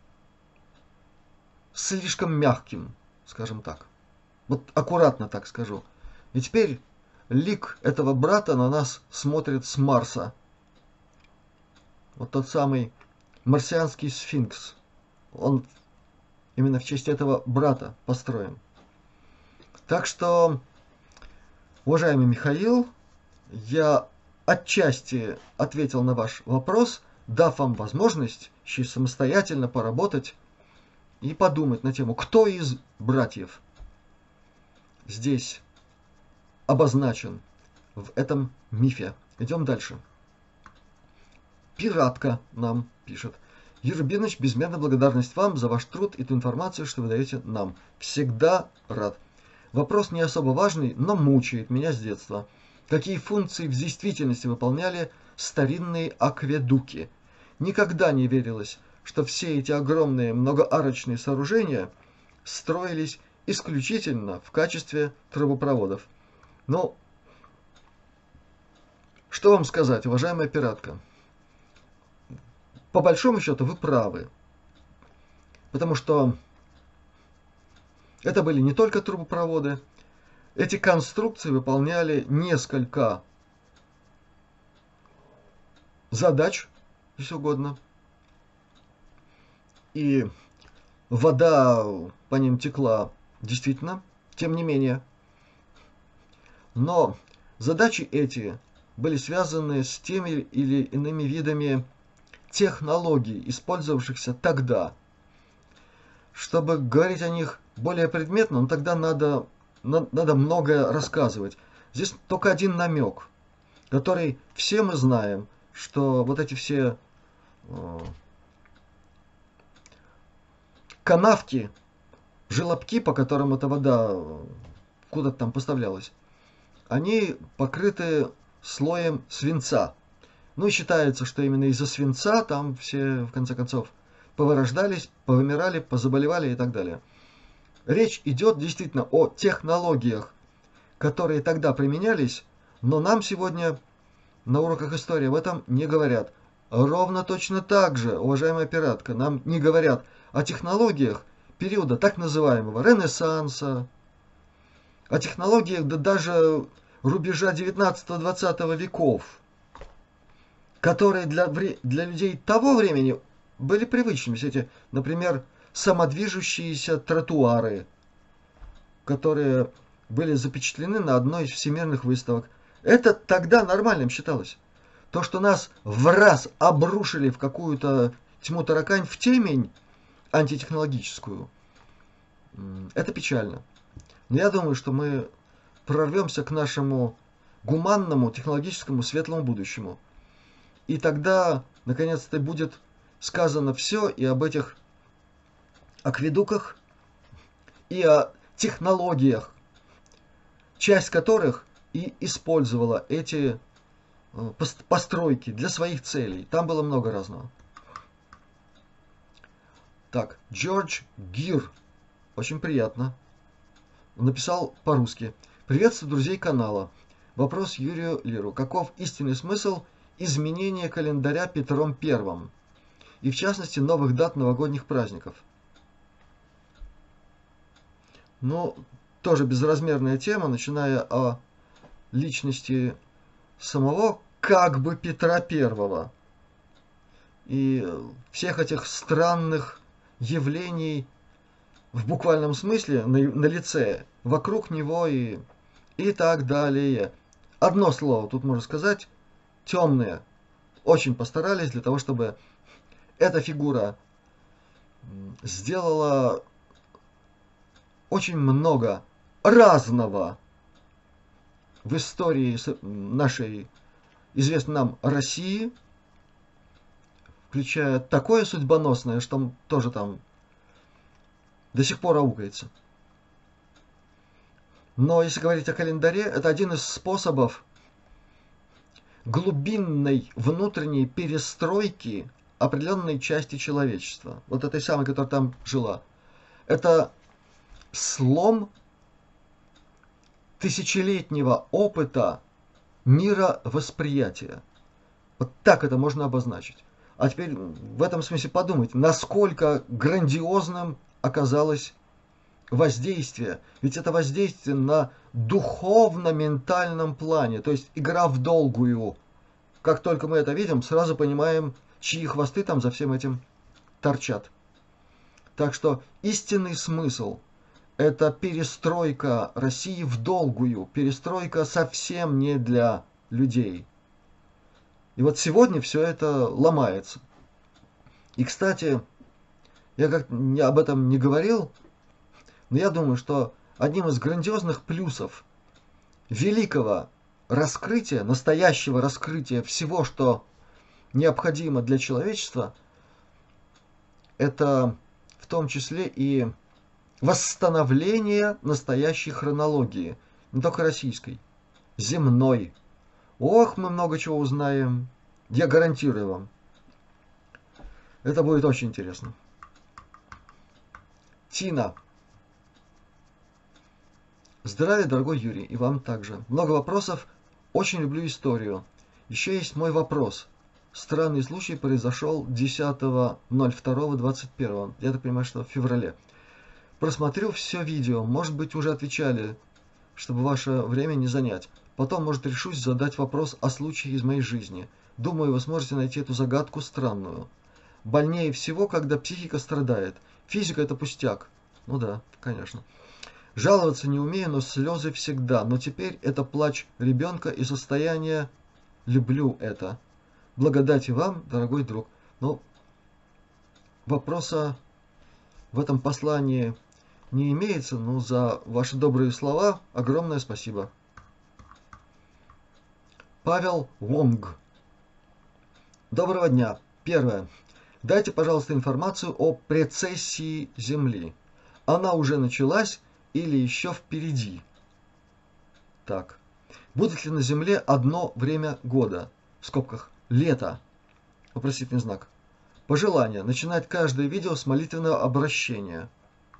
A: слишком мягким, скажем так. Вот аккуратно так скажу. И теперь лик этого брата на нас смотрит с Марса. Вот тот самый марсианский сфинкс. Он именно в честь этого брата построен. Так что, уважаемый Михаил, я отчасти ответил на ваш вопрос, дав вам возможность еще самостоятельно поработать и подумать на тему, кто из братьев здесь обозначен в этом мифе. Идем дальше. Пиратка нам пишет. Юрий Рубинович, безмерная благодарность вам за ваш труд и ту информацию, что вы даете нам. Всегда рад. Вопрос не особо важный, но мучает меня с детства. Какие функции в действительности выполняли старинные акведуки? Никогда не верилось, что все эти огромные многоарочные сооружения строились исключительно в качестве трубопроводов. Но что вам сказать, уважаемая пиратка? По большому счету вы правы, потому что это были не только трубопроводы, эти конструкции выполняли несколько задач, если угодно. и вода по ним текла, действительно, тем не менее. Но задачи эти были связаны с теми или иными видами технологий, использовавшихся тогда. Чтобы говорить о них более предметно, тогда надо многое рассказывать. Здесь только один намек, который все мы знаем, что вот эти все канавки, желобки, по которым эта вода куда-то там поставлялась, они покрыты слоем свинца. Ну и считается, что именно из-за свинца там все, в конце концов, повырождались, повымирали, позаболевали и так далее. Речь идет действительно о технологиях, которые тогда применялись, но нам сегодня на уроках истории об этом не говорят. Ровно точно так же, уважаемая пиратка, нам не говорят о технологиях периода так называемого Ренессанса, о технологиях даже рубежа 19-20 веков, которые для людей того времени были привычными. Все эти, например, самодвижущиеся тротуары, которые были запечатлены на одной из всемирных выставок. Это тогда нормальным считалось. То, что нас в раз обрушили в какую-то тьму таракань, в темень антитехнологическую, это печально. Но я думаю, что мы прорвемся к нашему гуманному, технологическому, светлому будущему. И тогда, наконец-то, будет сказано все и об этих акведуках, и о технологиях, часть которых и использовала эти постройки для своих целей. Там было много разного. Так, Джордж Гир. Очень приятно. Написал по-русски. Приветствую друзей канала. Вопрос Юрию Лиру. Каков истинный смысл изменения календаря Петром I? И в частности новых дат новогодних праздников? Ну, тоже безразмерная тема, начиная о личности самого как бы Петра I и всех этих странных явлений в буквальном смысле на лице, вокруг него и так далее. Одно слово тут можно сказать: темные. Очень постарались для того, чтобы эта фигура сделала очень много разного в истории нашей, известной нам России, включая такое судьбоносное, что тоже там до сих пор аукается. Но если говорить о календаре, это один из способов глубинной внутренней перестройки определенной части человечества. Вот этой самой, которая там жила. Это слом тысячелетнего опыта мировосприятия. Вот так это можно обозначить. А теперь в этом смысле подумайте, насколько грандиозным оказалось воздействие. Ведь это воздействие на духовно-ментальном плане, то есть игра в долгую. Как только мы это видим, сразу понимаем, чьи хвосты там за всем этим торчат. Так что истинный смысл – это перестройка России в долгую, перестройка совсем не для людей. И вот сегодня все это ломается. И, кстати, я как об этом не говорил, но я думаю, что одним из грандиозных плюсов великого раскрытия, настоящего раскрытия всего, что необходимо для человечества, это в том числе и восстановление настоящей хронологии, не только российской, земной. Ох, мы много чего узнаем, я гарантирую вам. Это будет очень интересно. Тина. Здравия, дорогой Юрий, и вам также. Много вопросов, очень люблю историю. Еще есть мой вопрос. Странный случай произошел 10.02.21. Я так понимаю, что в феврале. Просмотрю все видео, может быть, уже отвечали, чтобы ваше время не занять. Потом, может, решусь задать вопрос о случае из моей жизни. Думаю, вы сможете найти эту загадку странную. больнее всего, когда психика страдает. Физика это пустяк. Ну да, конечно. Жаловаться не умею, но слезы всегда. Но теперь это плач ребенка и состояние «люблю это». Благодати вам, дорогой друг. Но вопроса в этом послании не имеется, но за ваши добрые слова огромное спасибо. Павел Вонг. Доброго дня. Первое. Дайте, пожалуйста, информацию о прецессии Земли. Она уже началась или еще впереди? Так. Будет ли на Земле одно время года? В скобках. Лето. Вопросительный знак. Пожелание. Начинать каждое видео с молитвенного обращения.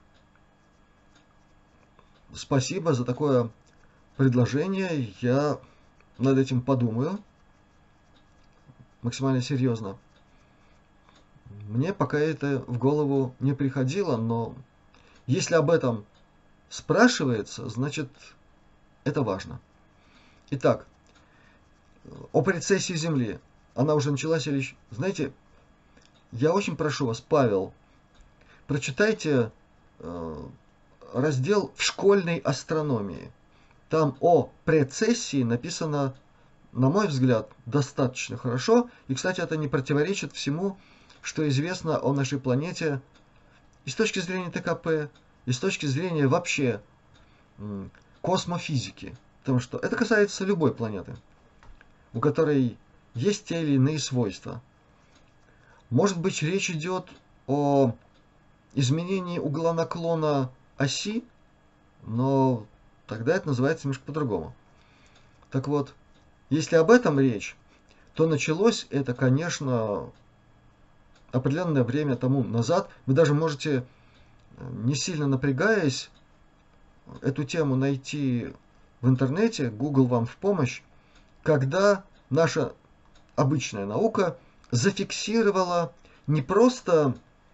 A: Спасибо за такое предложение. Я над этим подумаю. Максимально серьезно. Мне пока это в голову не приходило, но если об этом спрашивается, значит это важно. Итак, о прецессии Земли. Она уже началась или еще? Знаете, я очень прошу вас, Павел, прочитайте раздел в школьной астрономии. Там о прецессии написано, на мой взгляд, достаточно хорошо. И, кстати, это не противоречит всему, что известно о нашей планете и с точки зрения ТКП, и с точки зрения вообще космофизики. Потому что это касается любой планеты, у которой есть те или иные свойства. Может быть, речь идет о изменении угла наклона оси, но тогда это называется немножко по-другому. Так вот, если об этом речь, то началось это, конечно, определенное время тому назад. Вы даже можете, не сильно напрягаясь, эту тему найти в интернете, Google вам в помощь, когда наша обычная наука зафиксировала не просто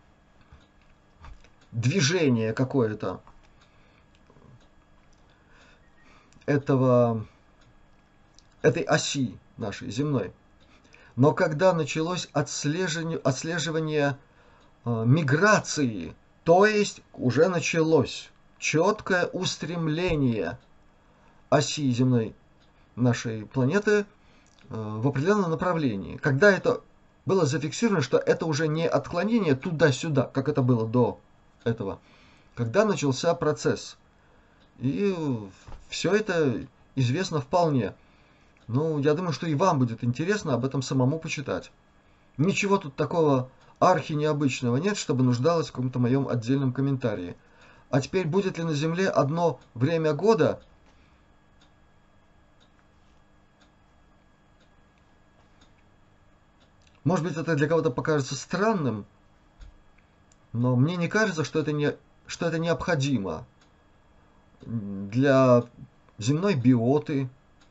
A: движение какое-то этой оси нашей земной, но когда началось отслеживание миграции, то есть уже началось четкое устремление оси земной нашей планеты в определенном направлении. Когда это было зафиксировано, что это уже не отклонение туда-сюда, как это было до этого, когда начался процесс. И все это известно вполне. Ну, я думаю, что и вам будет интересно об этом самому почитать. Ничего тут такого архи-необычного нет, чтобы нуждалось в каком-то моем отдельном комментарии. А теперь, будет ли на Земле одно время года? Может быть, это для кого-то покажется странным, но мне не кажется, что это необходимо для земной биоты,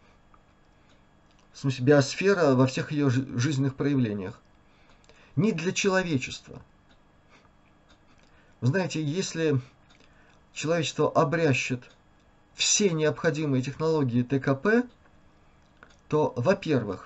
A: в смысле биосфера во всех ее жизненных проявлениях. Не для человечества. Вы знаете, если человечество обрящет все необходимые технологии ТКП, то, во-первых,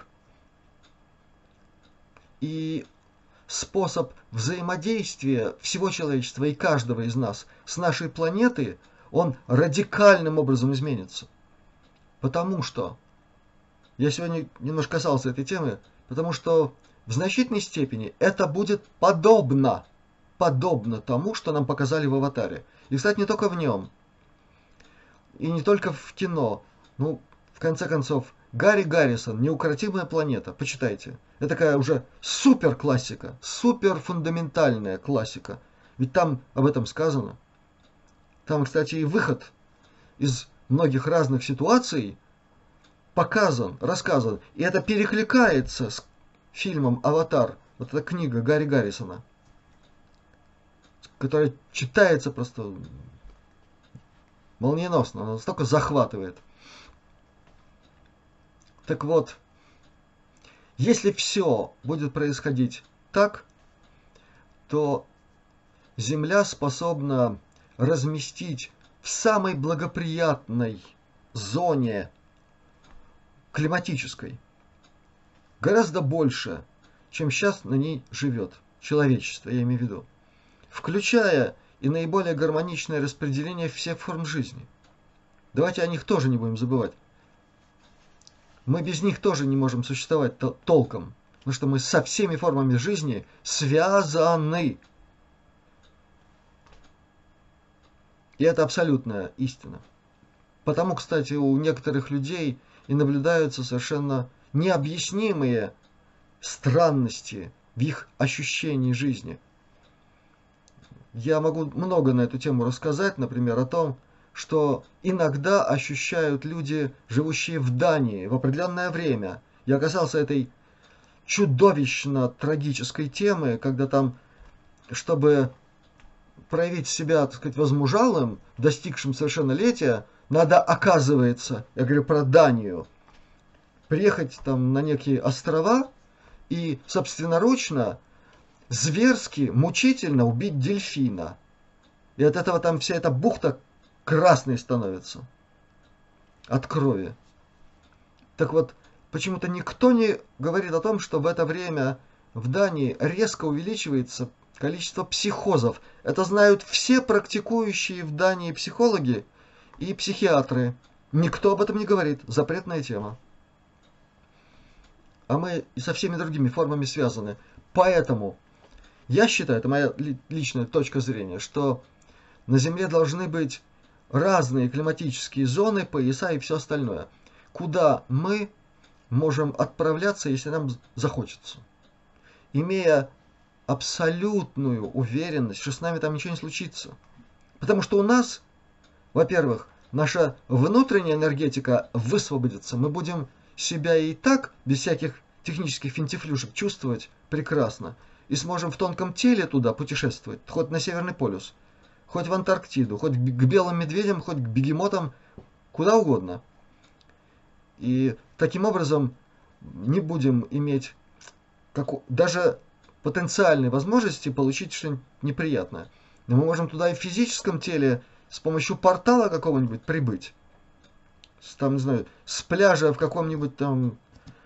A: и способ взаимодействия всего человечества и каждого из нас с нашей планетой, он радикальным образом изменится. Потому что, я сегодня немножко касался этой темы, потому что в значительной степени это будет подобно тому, что нам показали в «Аватаре». И, кстати, не только в нем, и не только в кино. Ну, в конце концов, Гарри Гаррисон, «Неукротимая планета», почитайте. Это такая уже супер классика, супер фундаментальная классика. Ведь там об этом сказано. Там, кстати, и выход из многих разных ситуаций показан, рассказан. И это перекликается с фильмом «Аватар». Вот эта книга Гарри Гаррисона, которая читается просто молниеносно, она настолько захватывает. Так вот, если все будет происходить так, то Земля способна разместить в самой благоприятной зоне климатической гораздо больше, чем сейчас на ней живет. человечества, я имею в виду, включая и наиболее гармоничное распределение всех форм жизни. Давайте о них тоже не будем забывать. Мы без них тоже не можем существовать толком, потому что мы со всеми формами жизни связаны. И это абсолютная истина. Потому, кстати, у некоторых людей и наблюдаются совершенно необъяснимые странности в их ощущении жизни. Я могу много на эту тему рассказать, например, о том, что иногда ощущают люди, живущие в Дании в определенное время. Я касался этой чудовищно трагической темы, когда там, чтобы проявить себя, так сказать, возмужалым, достигшим совершеннолетия, надо, оказывается, я говорю про Данию, приехать там на некие острова и собственноручно, зверски, мучительно убить дельфина. И от этого там вся эта бухта красной становится. От крови. Так вот, почему-то никто не говорит о том, что в это время в Дании резко увеличивается количество психозов. Это знают все практикующие в Дании психологи и психиатры. Никто об этом не говорит. Запретная тема. А мы и со всеми другими формами связаны. Поэтому я считаю, это моя личная точка зрения, что на Земле должны быть разные климатические зоны, пояса и все остальное, куда мы можем отправляться, если нам захочется, имея абсолютную уверенность, что с нами там ничего не случится. Потому что у нас, во-первых, наша внутренняя энергетика высвободится, мы будем себя и так, без всяких технических финтифлюшек, чувствовать прекрасно. И сможем в тонком теле туда путешествовать, хоть на Северный полюс, хоть в Антарктиду, хоть к белым медведям, хоть к бегемотам, куда угодно. И таким образом не будем иметь даже потенциальной возможности получить что-нибудь неприятное. Но мы можем туда и в физическом теле с помощью портала какого-нибудь прибыть. Там, не знаю, с пляжа в каком-нибудь там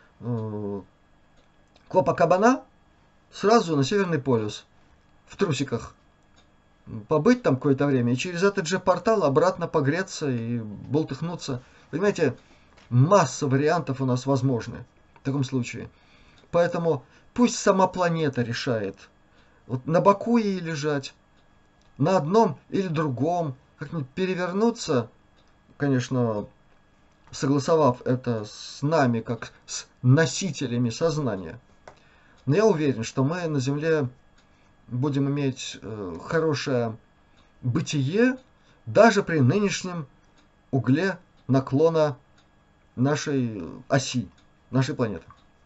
A: Копакабана сразу на Северный полюс в трусиках. Побыть там какое-то время и через этот же портал обратно погреться и бултыхнуться. Понимаете, масса вариантов у нас возможны в таком случае. Поэтому пусть сама планета решает. Вот на боку ей лежать, на одном или другом, как-нибудь перевернуться, конечно, согласовав это с нами, как с носителями сознания. Но я уверен, что мы на Земле будем иметь хорошее бытие даже при нынешнем угле наклона нашей оси, нашей планеты.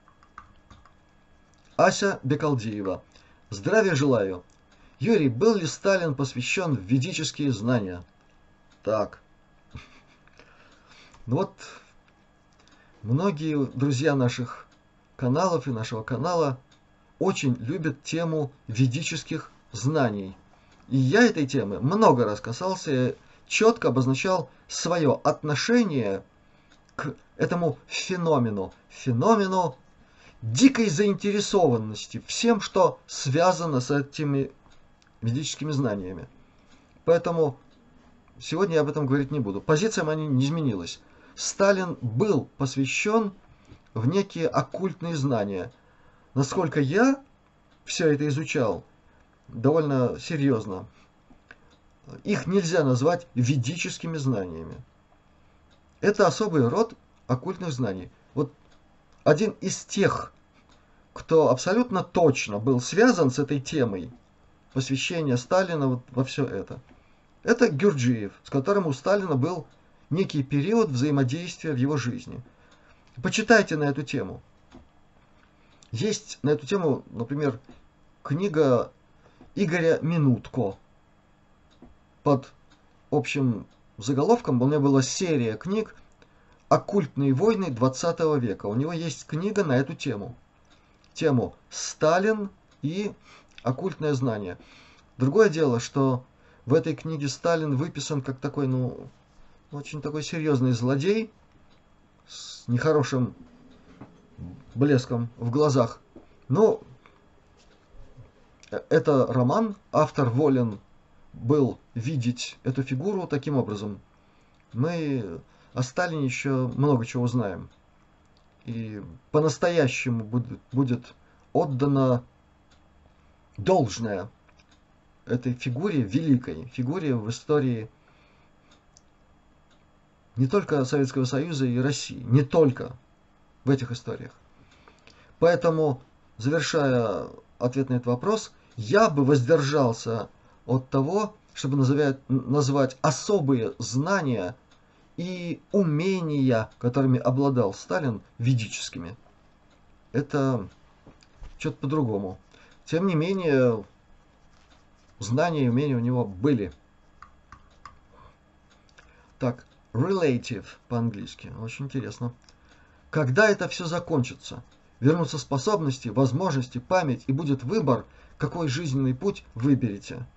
A: Ася Бекалдиева. Здравия желаю. Юрий, был ли Сталин посвящен в ведические знания? Так. Ну вот, многие друзья наших каналов и нашего канала очень любят тему ведических знаний. И я этой темы много раз касался, я четко обозначал свое отношение к этому феномену дикой заинтересованности всем, что связано с этими ведическими знаниями. Поэтому сегодня я об этом говорить не буду. Позиция моя не изменилась. Сталин был посвящен в некие оккультные знания. Насколько я все это изучал, довольно серьезно, их нельзя назвать ведическими знаниями. Это особый род оккультных знаний. Вот один из тех, кто абсолютно точно был связан с этой темой посвящения Сталина вот во все это Гюрджиев, с которым у Сталина был некий период взаимодействия в его жизни. Почитайте на эту тему. Есть на эту тему, например, книга Игоря Минутко. Под общим заголовком у меня была серия книг «Оккультные войны 20 века». У него есть книга на эту тему. Тему «Сталин и оккультное знание». Другое дело, что в этой книге Сталин выписан как такой, очень такой серьезный злодей с нехорошим блеском в глазах. Но Это роман, автор волен был видеть эту фигуру таким образом. Мы о Сталине еще много чего узнаем. И по-настоящему будет отдано должное этой фигуре, великой фигуре в истории не только Советского Союза и России, не только в этих историях. Поэтому, завершая ответ на этот вопрос, я бы воздержался от того, чтобы назвать особые знания и умения, которыми обладал Сталин, ведическими. Это что-то по-другому. Тем не менее, знания и умения у него были. Так, relative по-английски. Очень интересно. Когда это все закончится? Вернутся способности, возможности, память, и будет выбор, какой жизненный путь выберете.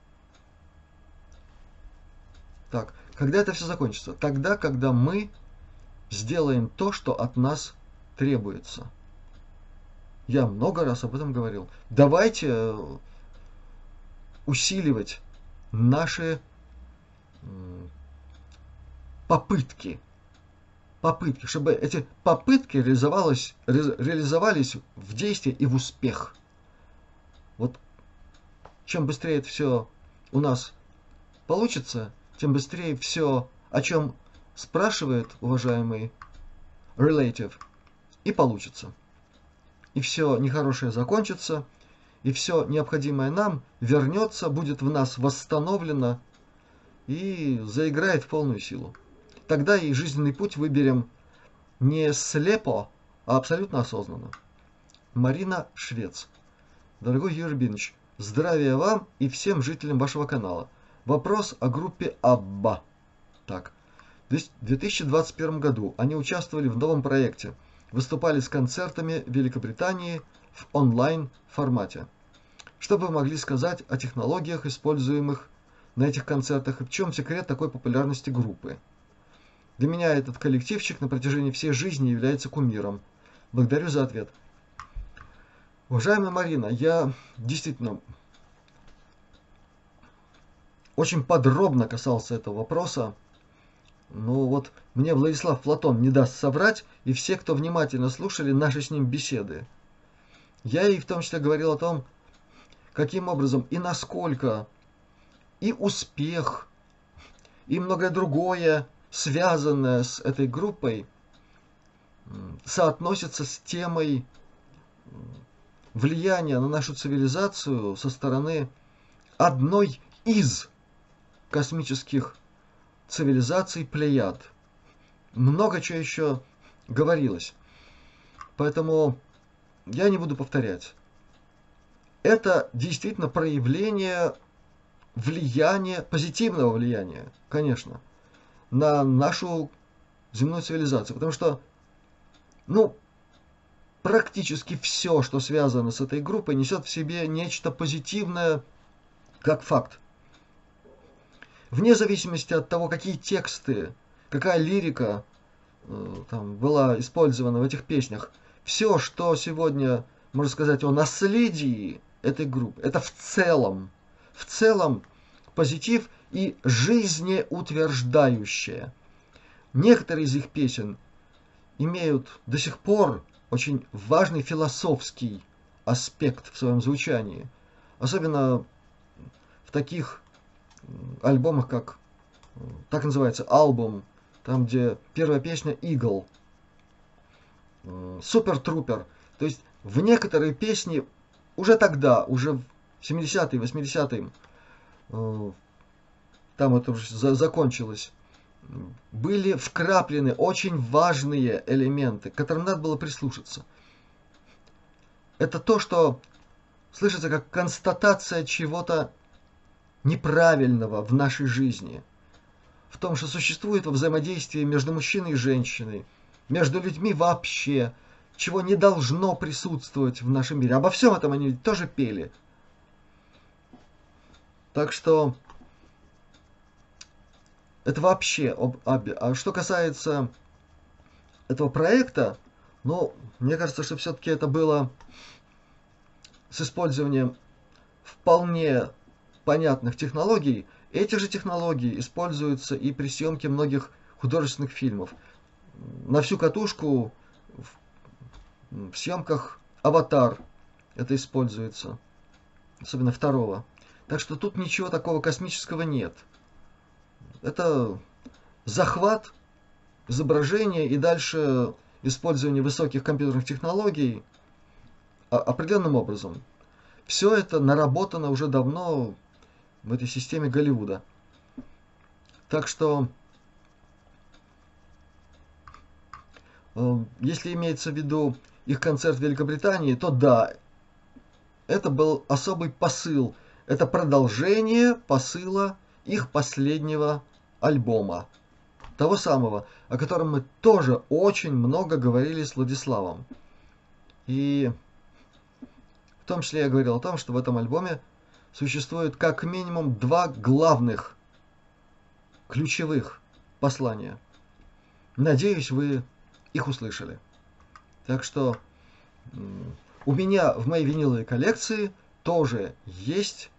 A: Так, когда это все закончится? Тогда, когда мы сделаем то, что от нас требуется. Я много раз об этом говорил. Давайте усиливать наши попытки, чтобы эти попытки реализовались в действии и в успех. Вот чем быстрее это все у нас получится, тем быстрее все, о чем спрашивает уважаемый relative, и получится. И все нехорошее закончится, и все необходимое нам вернется, будет в нас восстановлено и заиграет в полную силу. Тогда и жизненный путь выберем не слепо, а абсолютно осознанно. Марина Швец. Дорогой Юрий Рубинович, здравия вам и всем жителям вашего канала. Вопрос о группе Абба. Так, в 2021 году они участвовали в новом проекте, выступали с концертами в Великобритании в онлайн формате. Что бы вы могли сказать о технологиях, используемых на этих концертах, и в чем секрет такой популярности группы? Для меня этот коллективчик на протяжении всей жизни является кумиром. Благодарю за ответ. Уважаемая Марина, я действительно очень подробно касался этого вопроса. Но вот мне Владислав Платон не даст соврать, и все, кто внимательно слушали наши с ним беседы. Я и в том числе говорил о том, каким образом и насколько и успех, и многое другое, связанное с этой группой, соотносится с темой влияния на нашу цивилизацию со стороны одной из космических цивилизаций Плеяд. Много чего еще говорилось. Поэтому я не буду повторять. Это действительно проявление влияния, позитивного влияния, конечно, на нашу земную цивилизацию. Потому что, практически все, что связано с этой группой, несет в себе нечто позитивное, как факт. Вне зависимости от того, какие тексты, какая лирика там была использована в этих песнях, все, что сегодня можно сказать о наследии этой группы, это в целом позитив и жизнеутверждающее. Некоторые из их песен имеют до сих пор очень важный философский аспект в своем звучании. Особенно в таких альбомах, как, так называется, альбом, там, где первая песня Eagle, Super Trooper. То есть в некоторые песни уже тогда, уже в 70-е, 80-е, там это уже закончилось, были вкраплены очень важные элементы, к которым надо было прислушаться. Это то, что слышится как констатация чего-то неправильного в нашей жизни. В том, что существует во взаимодействии между мужчиной и женщиной, между людьми вообще, чего не должно присутствовать в нашем мире. Обо всем этом они тоже пели. Так что это вообще А что касается этого проекта, мне кажется, что все-таки это было с использованием вполне понятных технологий, эти же технологии используются и при съемке многих художественных фильмов. На всю катушку в съемках «Аватар» это используется, особенно второго. Так что тут ничего такого космического нет. Это захват изображения и дальше использование высоких компьютерных технологий определенным образом. Все это наработано уже давно в этой системе Голливуда. Так что, если имеется в виду их концерт в Великобритании, то да, это был особый посыл. Это продолжение посыла их последнего альбома. Того самого, о котором мы тоже очень много говорили с Владиславом. И в том числе я говорил о том, что в этом альбоме существует как минимум два главных, ключевых послания. Надеюсь, вы их услышали. Так что у меня в моей виниловой коллекции тоже есть,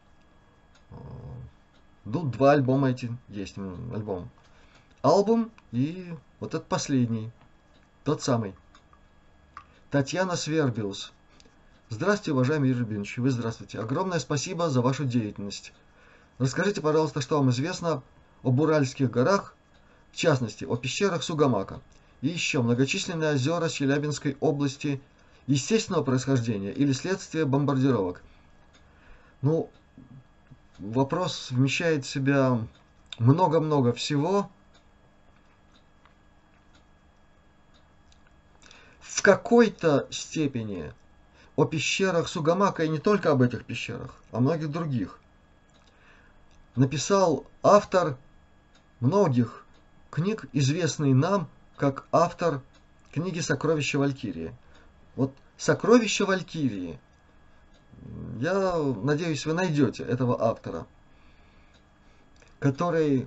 A: два альбома эти есть. Альбом и вот этот последний, тот самый. Татьяна Свербиус. Здравствуйте, уважаемый Юрий Рубинович. Вы здравствуйте. Огромное спасибо за вашу деятельность. Расскажите, пожалуйста, что вам известно об Уральских горах, в частности, о пещерах Сугамака. И еще многочисленные озера Челябинской области естественного происхождения или следствия бомбардировок. Ну, вопрос вмещает в себя много-много всего. В какой-то степени о пещерах Сугамака, и не только об этих пещерах, о многих других, написал автор многих книг, известный нам как автор книги «Сокровища Валькирии». Вот «Сокровища Валькирии», я надеюсь, вы найдете этого автора, который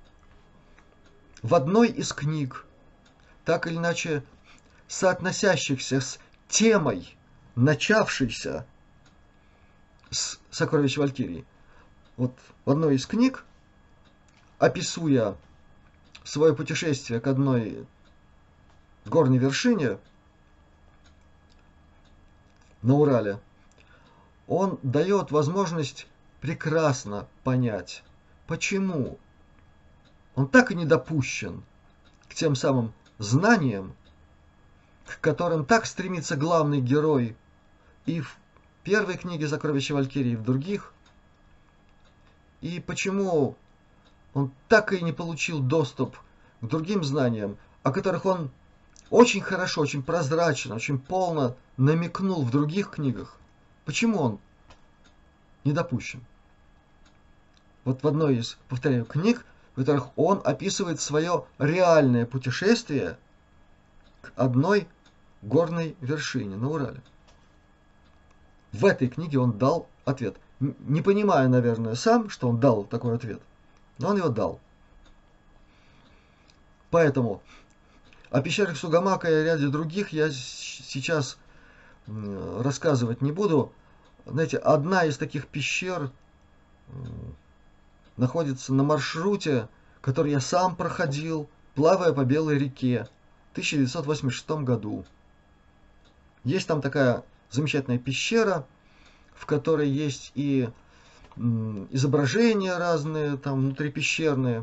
A: в одной из книг, так или иначе соотносящихся с темой, начавшейся с «Сокровищ Валькирии», вот в одной из книг, описывая свое путешествие к одной горной вершине на Урале, он дает возможность прекрасно понять, почему он так и не допущен к тем самым знаниям, к которым так стремится главный герой и в первой книге «Сокровища Валькирии», и в других, и почему он так и не получил доступ к другим знаниям, о которых он очень хорошо, очень прозрачно, очень полно намекнул в других книгах. Почему он не допущен? Вот в одной из, повторяю, книг, в которых он описывает свое реальное путешествие к одной горной вершине на Урале. В этой книге он дал ответ. Не понимая, наверное, сам, что он дал такой ответ, но он его дал. Поэтому о пещерах Сугамака и о ряде других я сейчас рассказывать не буду. Знаете, одна из таких пещер находится на маршруте, который я сам проходил, плавая по Белой реке в 1986 году. Есть там такая замечательная пещера, в которой есть и изображения разные, там внутрипещерные.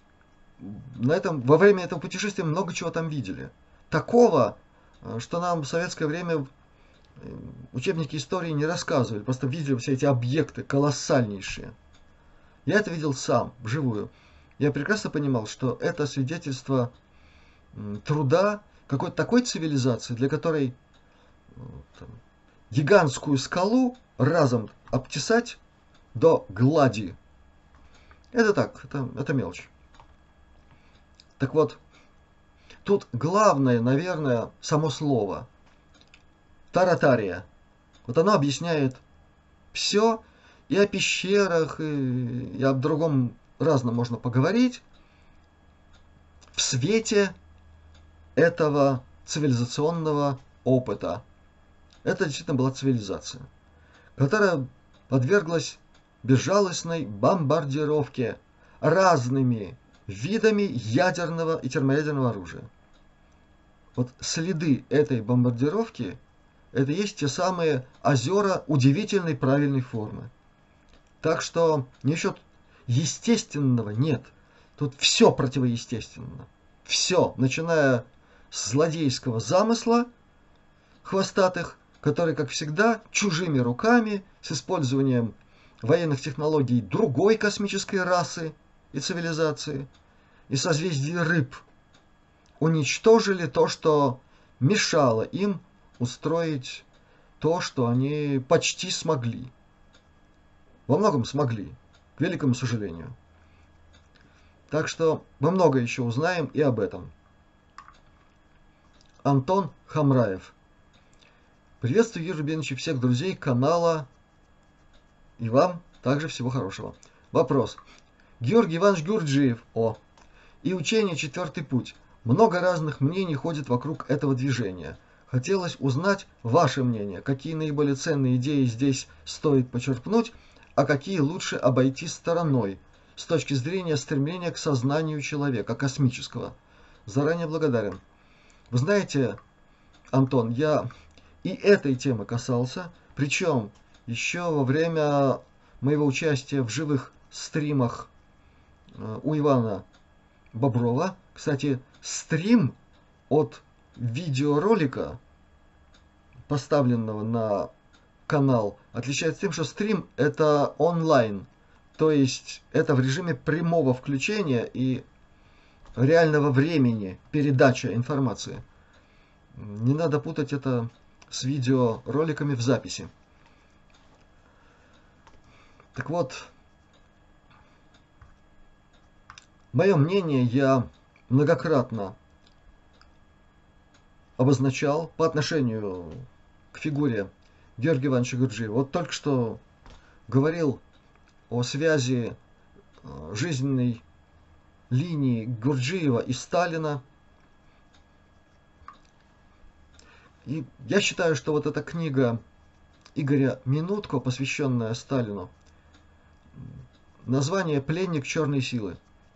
A: Во время этого путешествия много чего там видели. Такого, что нам в советское время учебники истории не рассказывали. Просто видели все эти объекты колоссальнейшие. Я это видел сам, вживую. Я прекрасно понимал, что это свидетельство труда какой-то такой цивилизации, для которой гигантскую скалу разом обтесать до глади. Это так, это мелочь. Так вот, тут главное, наверное, само слово. Таратария. Вот оно объясняет все, и о пещерах, и об другом разном можно поговорить в свете этого цивилизационного опыта. Это действительно была цивилизация, которая подверглась безжалостной бомбардировке разными видами ядерного и термоядерного оружия. Вот следы этой бомбардировки – это есть те самые озера удивительной правильной формы. Так что ничего естественного нет. Тут все противоестественно. Все, начиная с злодейского замысла хвостатых, который, как всегда, чужими руками, с использованием военных технологий другой космической расы и цивилизации, и созвездий рыб, уничтожили то, что мешало им устроить то, что они почти смогли. Во многом смогли, к великому сожалению. Так что мы много еще узнаем и об этом. Антон Хамраев. Приветствую, Юрий Рубинович, и всех друзей канала. И вам также всего хорошего. Вопрос. Георгий Иванович Гурджиев. И учение «Четвертый путь». Много разных мнений ходит вокруг этого движения. Хотелось узнать ваше мнение, какие наиболее ценные идеи здесь стоит почерпнуть, а какие лучше обойти стороной, с точки зрения стремления к сознанию человека, космического. Заранее благодарен. Вы знаете, Антон, я и этой темы касался, причем еще во время моего участия в живых стримах у Ивана Боброва. Кстати, стрим от видеоролика, поставленного на канал, отличается тем, что стрим это онлайн, то есть это в режиме прямого включения и реального времени передача информации. Не надо путать это с видеороликами в записи. Так вот, мое мнение я многократно обозначал по отношению к фигуре Георгия Ивановича Гурджиева. Вот только что говорил о связи жизненной линии Гурджиева и Сталина. И я считаю, что вот эта книга Игоря Минутко, посвященная Сталину, название «Пленник черной силы»,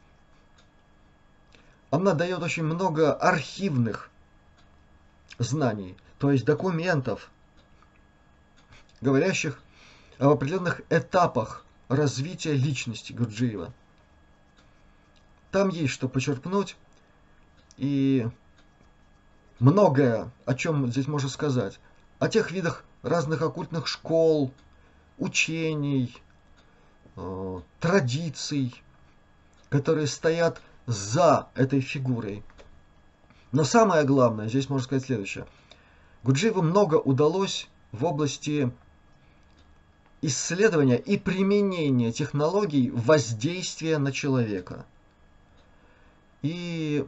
A: она дает очень много архивных знаний, то есть документов, говорящих об определенных этапах развития личности Гурджиева. Там есть что почерпнуть, и многое, о чем здесь можно сказать. О тех видах разных оккультных школ, учений, традиций, которые стоят за этой фигурой. Но самое главное, здесь можно сказать следующее. Гурджиеву много удалось в области исследования и применения технологий воздействия на человека. И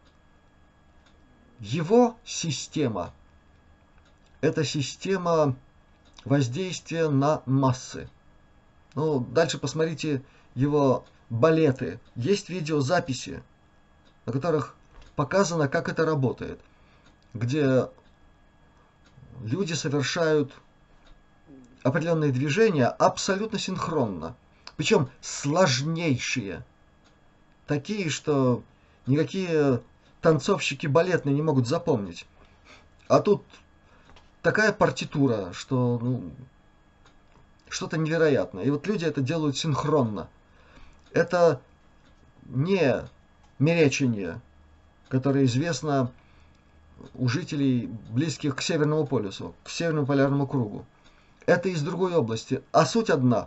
A: его система – это система воздействия на массы. Ну, дальше посмотрите его балеты. Есть видеозаписи, на которых показано, как это работает, где люди совершают определенные движения абсолютно синхронно, причем сложнейшие, такие, что никакие танцовщики балетные не могут запомнить. А тут такая партитура, что что-то невероятное. И вот люди это делают синхронно. Это не меречение, которое известно у жителей, близких к Северному полюсу, к Северному полярному кругу. Это из другой области, а суть одна.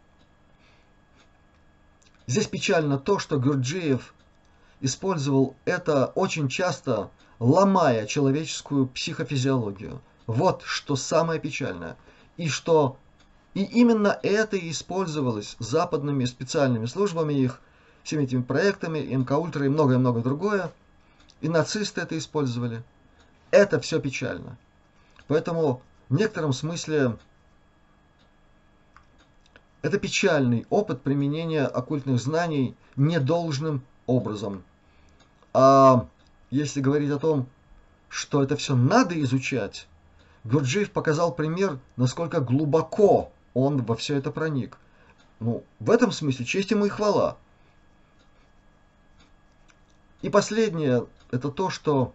A: Здесь печально то, что Гурджиев использовал это очень часто, ломая человеческую психофизиологию. Вот что самое печальное. И именно это и использовалось западными специальными службами их, всеми этими проектами, МК-Ультра и многое-многое другое. И нацисты это использовали. Это все печально. Поэтому в некотором смысле это печальный опыт применения оккультных знаний недолжным образом. А если говорить о том, что это все надо изучать, Гурджиев показал пример, насколько глубоко он во все это проник. Ну, в этом смысле честь ему и хвала. И последнее, это то, что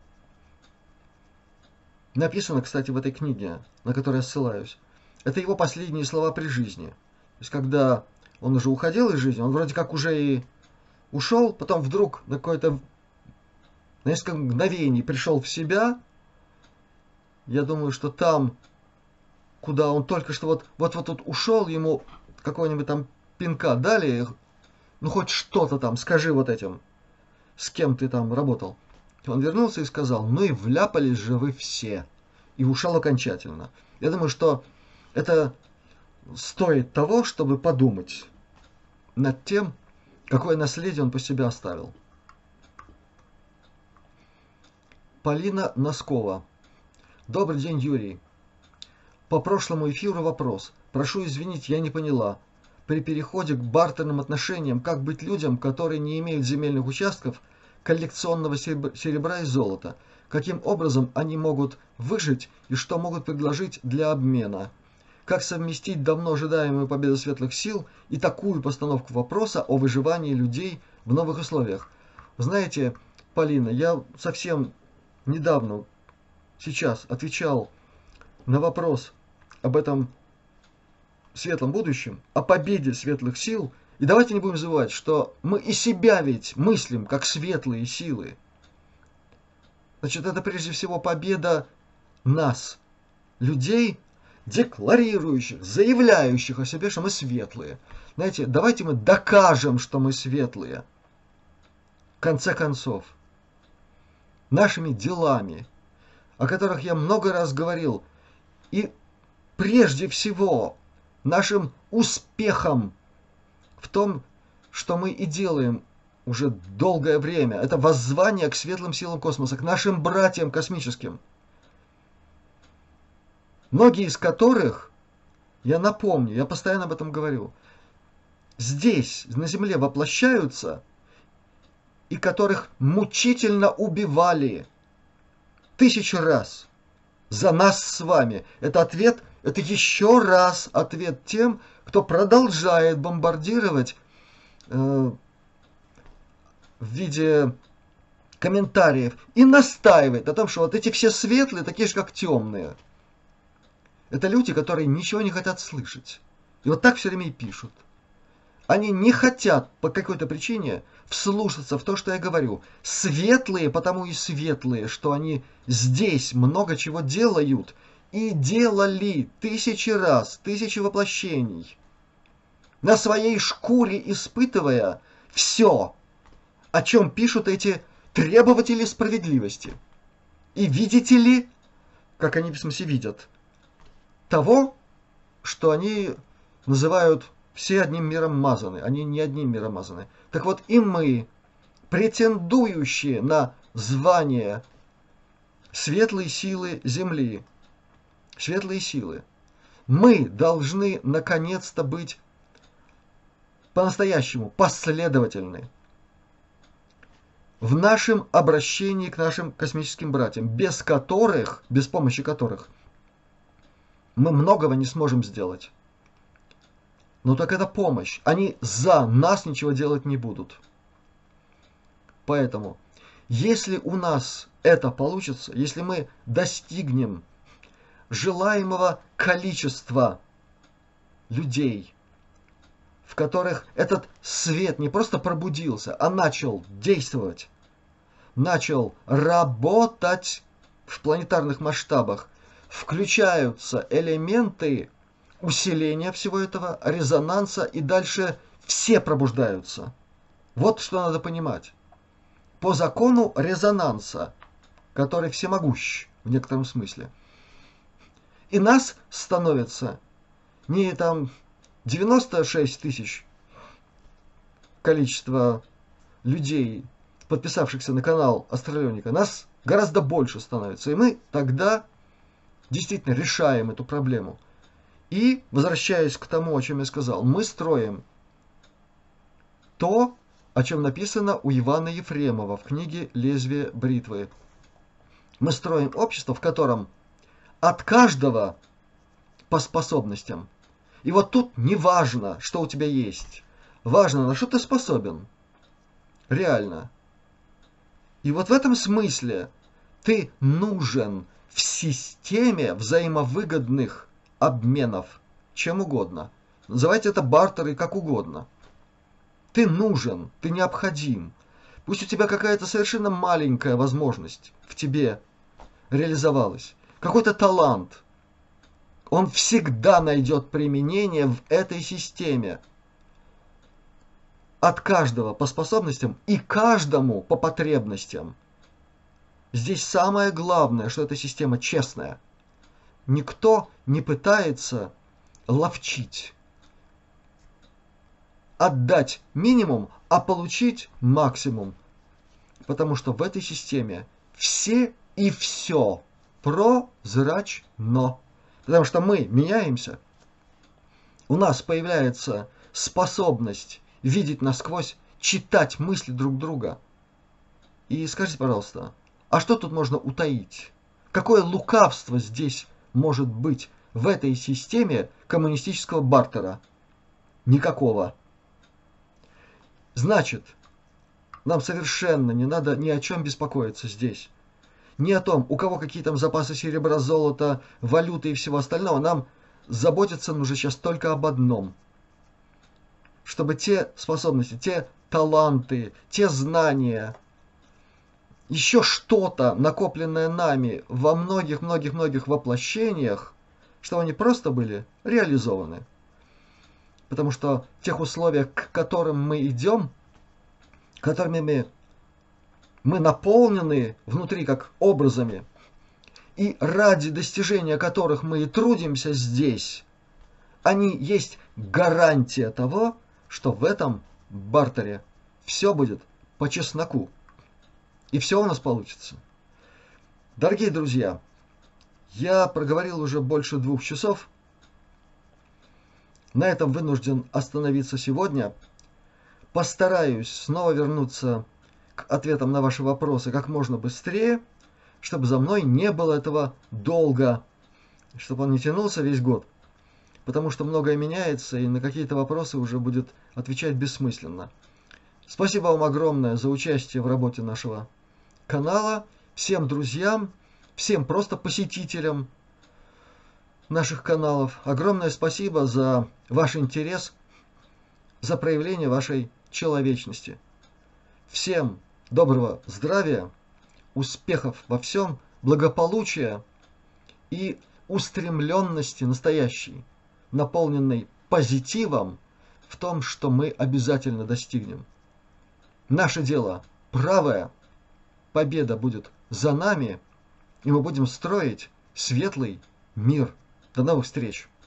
A: написано, кстати, в этой книге, на которую я ссылаюсь. Это его последние слова при жизни. То есть, когда он уже уходил из жизни, он вроде как уже и ушел, потом вдруг на какое-то на несколько мгновений пришел в себя. Я думаю, что там, куда он только что вот ушел, ему какого-нибудь там пинка дали, ну хоть что-то там, скажи вот этим, с кем ты там работал. Он вернулся и сказал: ну и вляпались же вы все. И ушел окончательно. Я думаю, что это стоит того, чтобы подумать над тем, какое наследие он по себе оставил. Полина Носкова. Добрый день, Юрий. По прошлому эфиру вопрос. Прошу извинить, я не поняла. При переходе к бартерным отношениям, как быть людям, которые не имеют земельных участков, коллекционного серебра и золота? Каким образом они могут выжить и что могут предложить для обмена? Как совместить давно ожидаемую победу светлых сил и такую постановку вопроса о выживании людей в новых условиях? Знаете, Полина, я совсем недавно, сейчас отвечал на вопрос об этом светлом будущем, о победе светлых сил. И давайте не будем забывать, что мы и себя ведь мыслим как светлые силы. Значит, это прежде всего победа нас, людей, декларирующих, заявляющих о себе, что мы светлые. Знаете, давайте мы докажем, что мы светлые. В конце концов, нашими делами, о которых я много раз говорил, и прежде всего нашим успехом в том, что мы и делаем уже долгое время. Это воззвание к светлым силам космоса, к нашим братьям космическим. Многие из которых, я напомню, я постоянно об этом говорю, здесь, на Земле, воплощаются, и которых мучительно убивали 1000 раз за нас с вами. Это ответ, это еще раз ответ тем, кто продолжает бомбардировать в виде комментариев и настаивает на том, что вот эти все светлые, такие же, как темные. Это люди, которые ничего не хотят слышать. И вот так все время и пишут. Они не хотят по какой-то причине вслушаться в то, что я говорю. Светлые, потому и светлые, что они здесь много чего делают. И делали 1000 раз, 1000 воплощений. На своей шкуре испытывая все, о чем пишут эти требователи справедливости. И видите ли, как они в смысле видят, того, что они называют все одним миром мазаны. Они не одним миром мазаны. Так вот, и мы, претендующие на звание светлой силы Земли, светлые силы, мы должны наконец-то быть по-настоящему последовательны в нашем обращении к нашим космическим братьям, без которых, без помощи которых мы многого не сможем сделать. Но так это помощь. Они за нас ничего делать не будут. Поэтому, если у нас это получится, если мы достигнем желаемого количества людей, в которых этот свет не просто пробудился, а начал действовать, начал работать в планетарных масштабах, включаются элементы усиления всего этого, резонанса, и дальше все пробуждаются. Вот что надо понимать. По закону резонанса, который всемогущ в некотором смысле. И нас становится не там 96 тысяч количество людей, подписавшихся на канал Астралёника, нас гораздо больше становится. И мы тогда действительно решаем эту проблему. И, возвращаясь к тому, о чем я сказал, мы строим то, о чем написано у Ивана Ефремова в книге «Лезвие бритвы». Мы строим общество, в котором от каждого по способностям И вот тут не важно, что у тебя есть. Важно, на что ты способен. Реально. И вот в этом смысле ты нужен в системе взаимовыгодных обменов. Чем угодно. Называйте это бартеры как угодно. Ты нужен, ты необходим. Пусть у тебя какая-то совершенно маленькая возможность в тебе реализовалась. Какой-то талант. Он всегда найдет применение в этой системе. От каждого по способностям и каждому по потребностям. Здесь самое главное, что эта система честная. Никто не пытается ловчить. Отдать минимум, а получить максимум. Потому что в этой системе все и все прозрачно. Потому что мы меняемся. У нас появляется способность видеть насквозь, читать мысли друг друга. И скажите, пожалуйста, а что тут можно утаить? Какое лукавство здесь может быть в этой системе коммунистического бартера? Никакого. Значит, нам совершенно не надо ни о чем беспокоиться здесь. Ни о том, у кого какие там запасы серебра, золота, валюты и всего остального. Нам заботиться нужно сейчас только об одном. Чтобы те способности, те таланты, те знания, еще что-то, накопленное нами во многих-многих-многих воплощениях, чтобы они просто были реализованы. Потому что в тех условиях, к которым мы идем, которыми мы наполнены внутри как образами, и ради достижения которых мы и трудимся здесь, они есть гарантия того, что в этом бартере все будет по чесноку. И все у нас получится. Дорогие друзья, я проговорил уже больше 2 часов. На этом вынужден остановиться сегодня. Постараюсь снова вернуться к ответам на ваши вопросы как можно быстрее, чтобы за мной не было этого долга, чтобы он не тянулся весь год. Потому что многое меняется, и на какие-то вопросы уже будет отвечать бессмысленно. Спасибо вам огромное за участие в работе нашего канала. Всем друзьям, всем просто посетителям наших каналов. Огромное спасибо за ваш интерес, за проявление вашей человечности. Всем доброго здравия, успехов во всем, благополучия и устремленности настоящей, наполненной позитивом в том, что мы обязательно достигнем. Наше дело правое, победа будет за нами, и мы будем строить светлый мир. До новых встреч!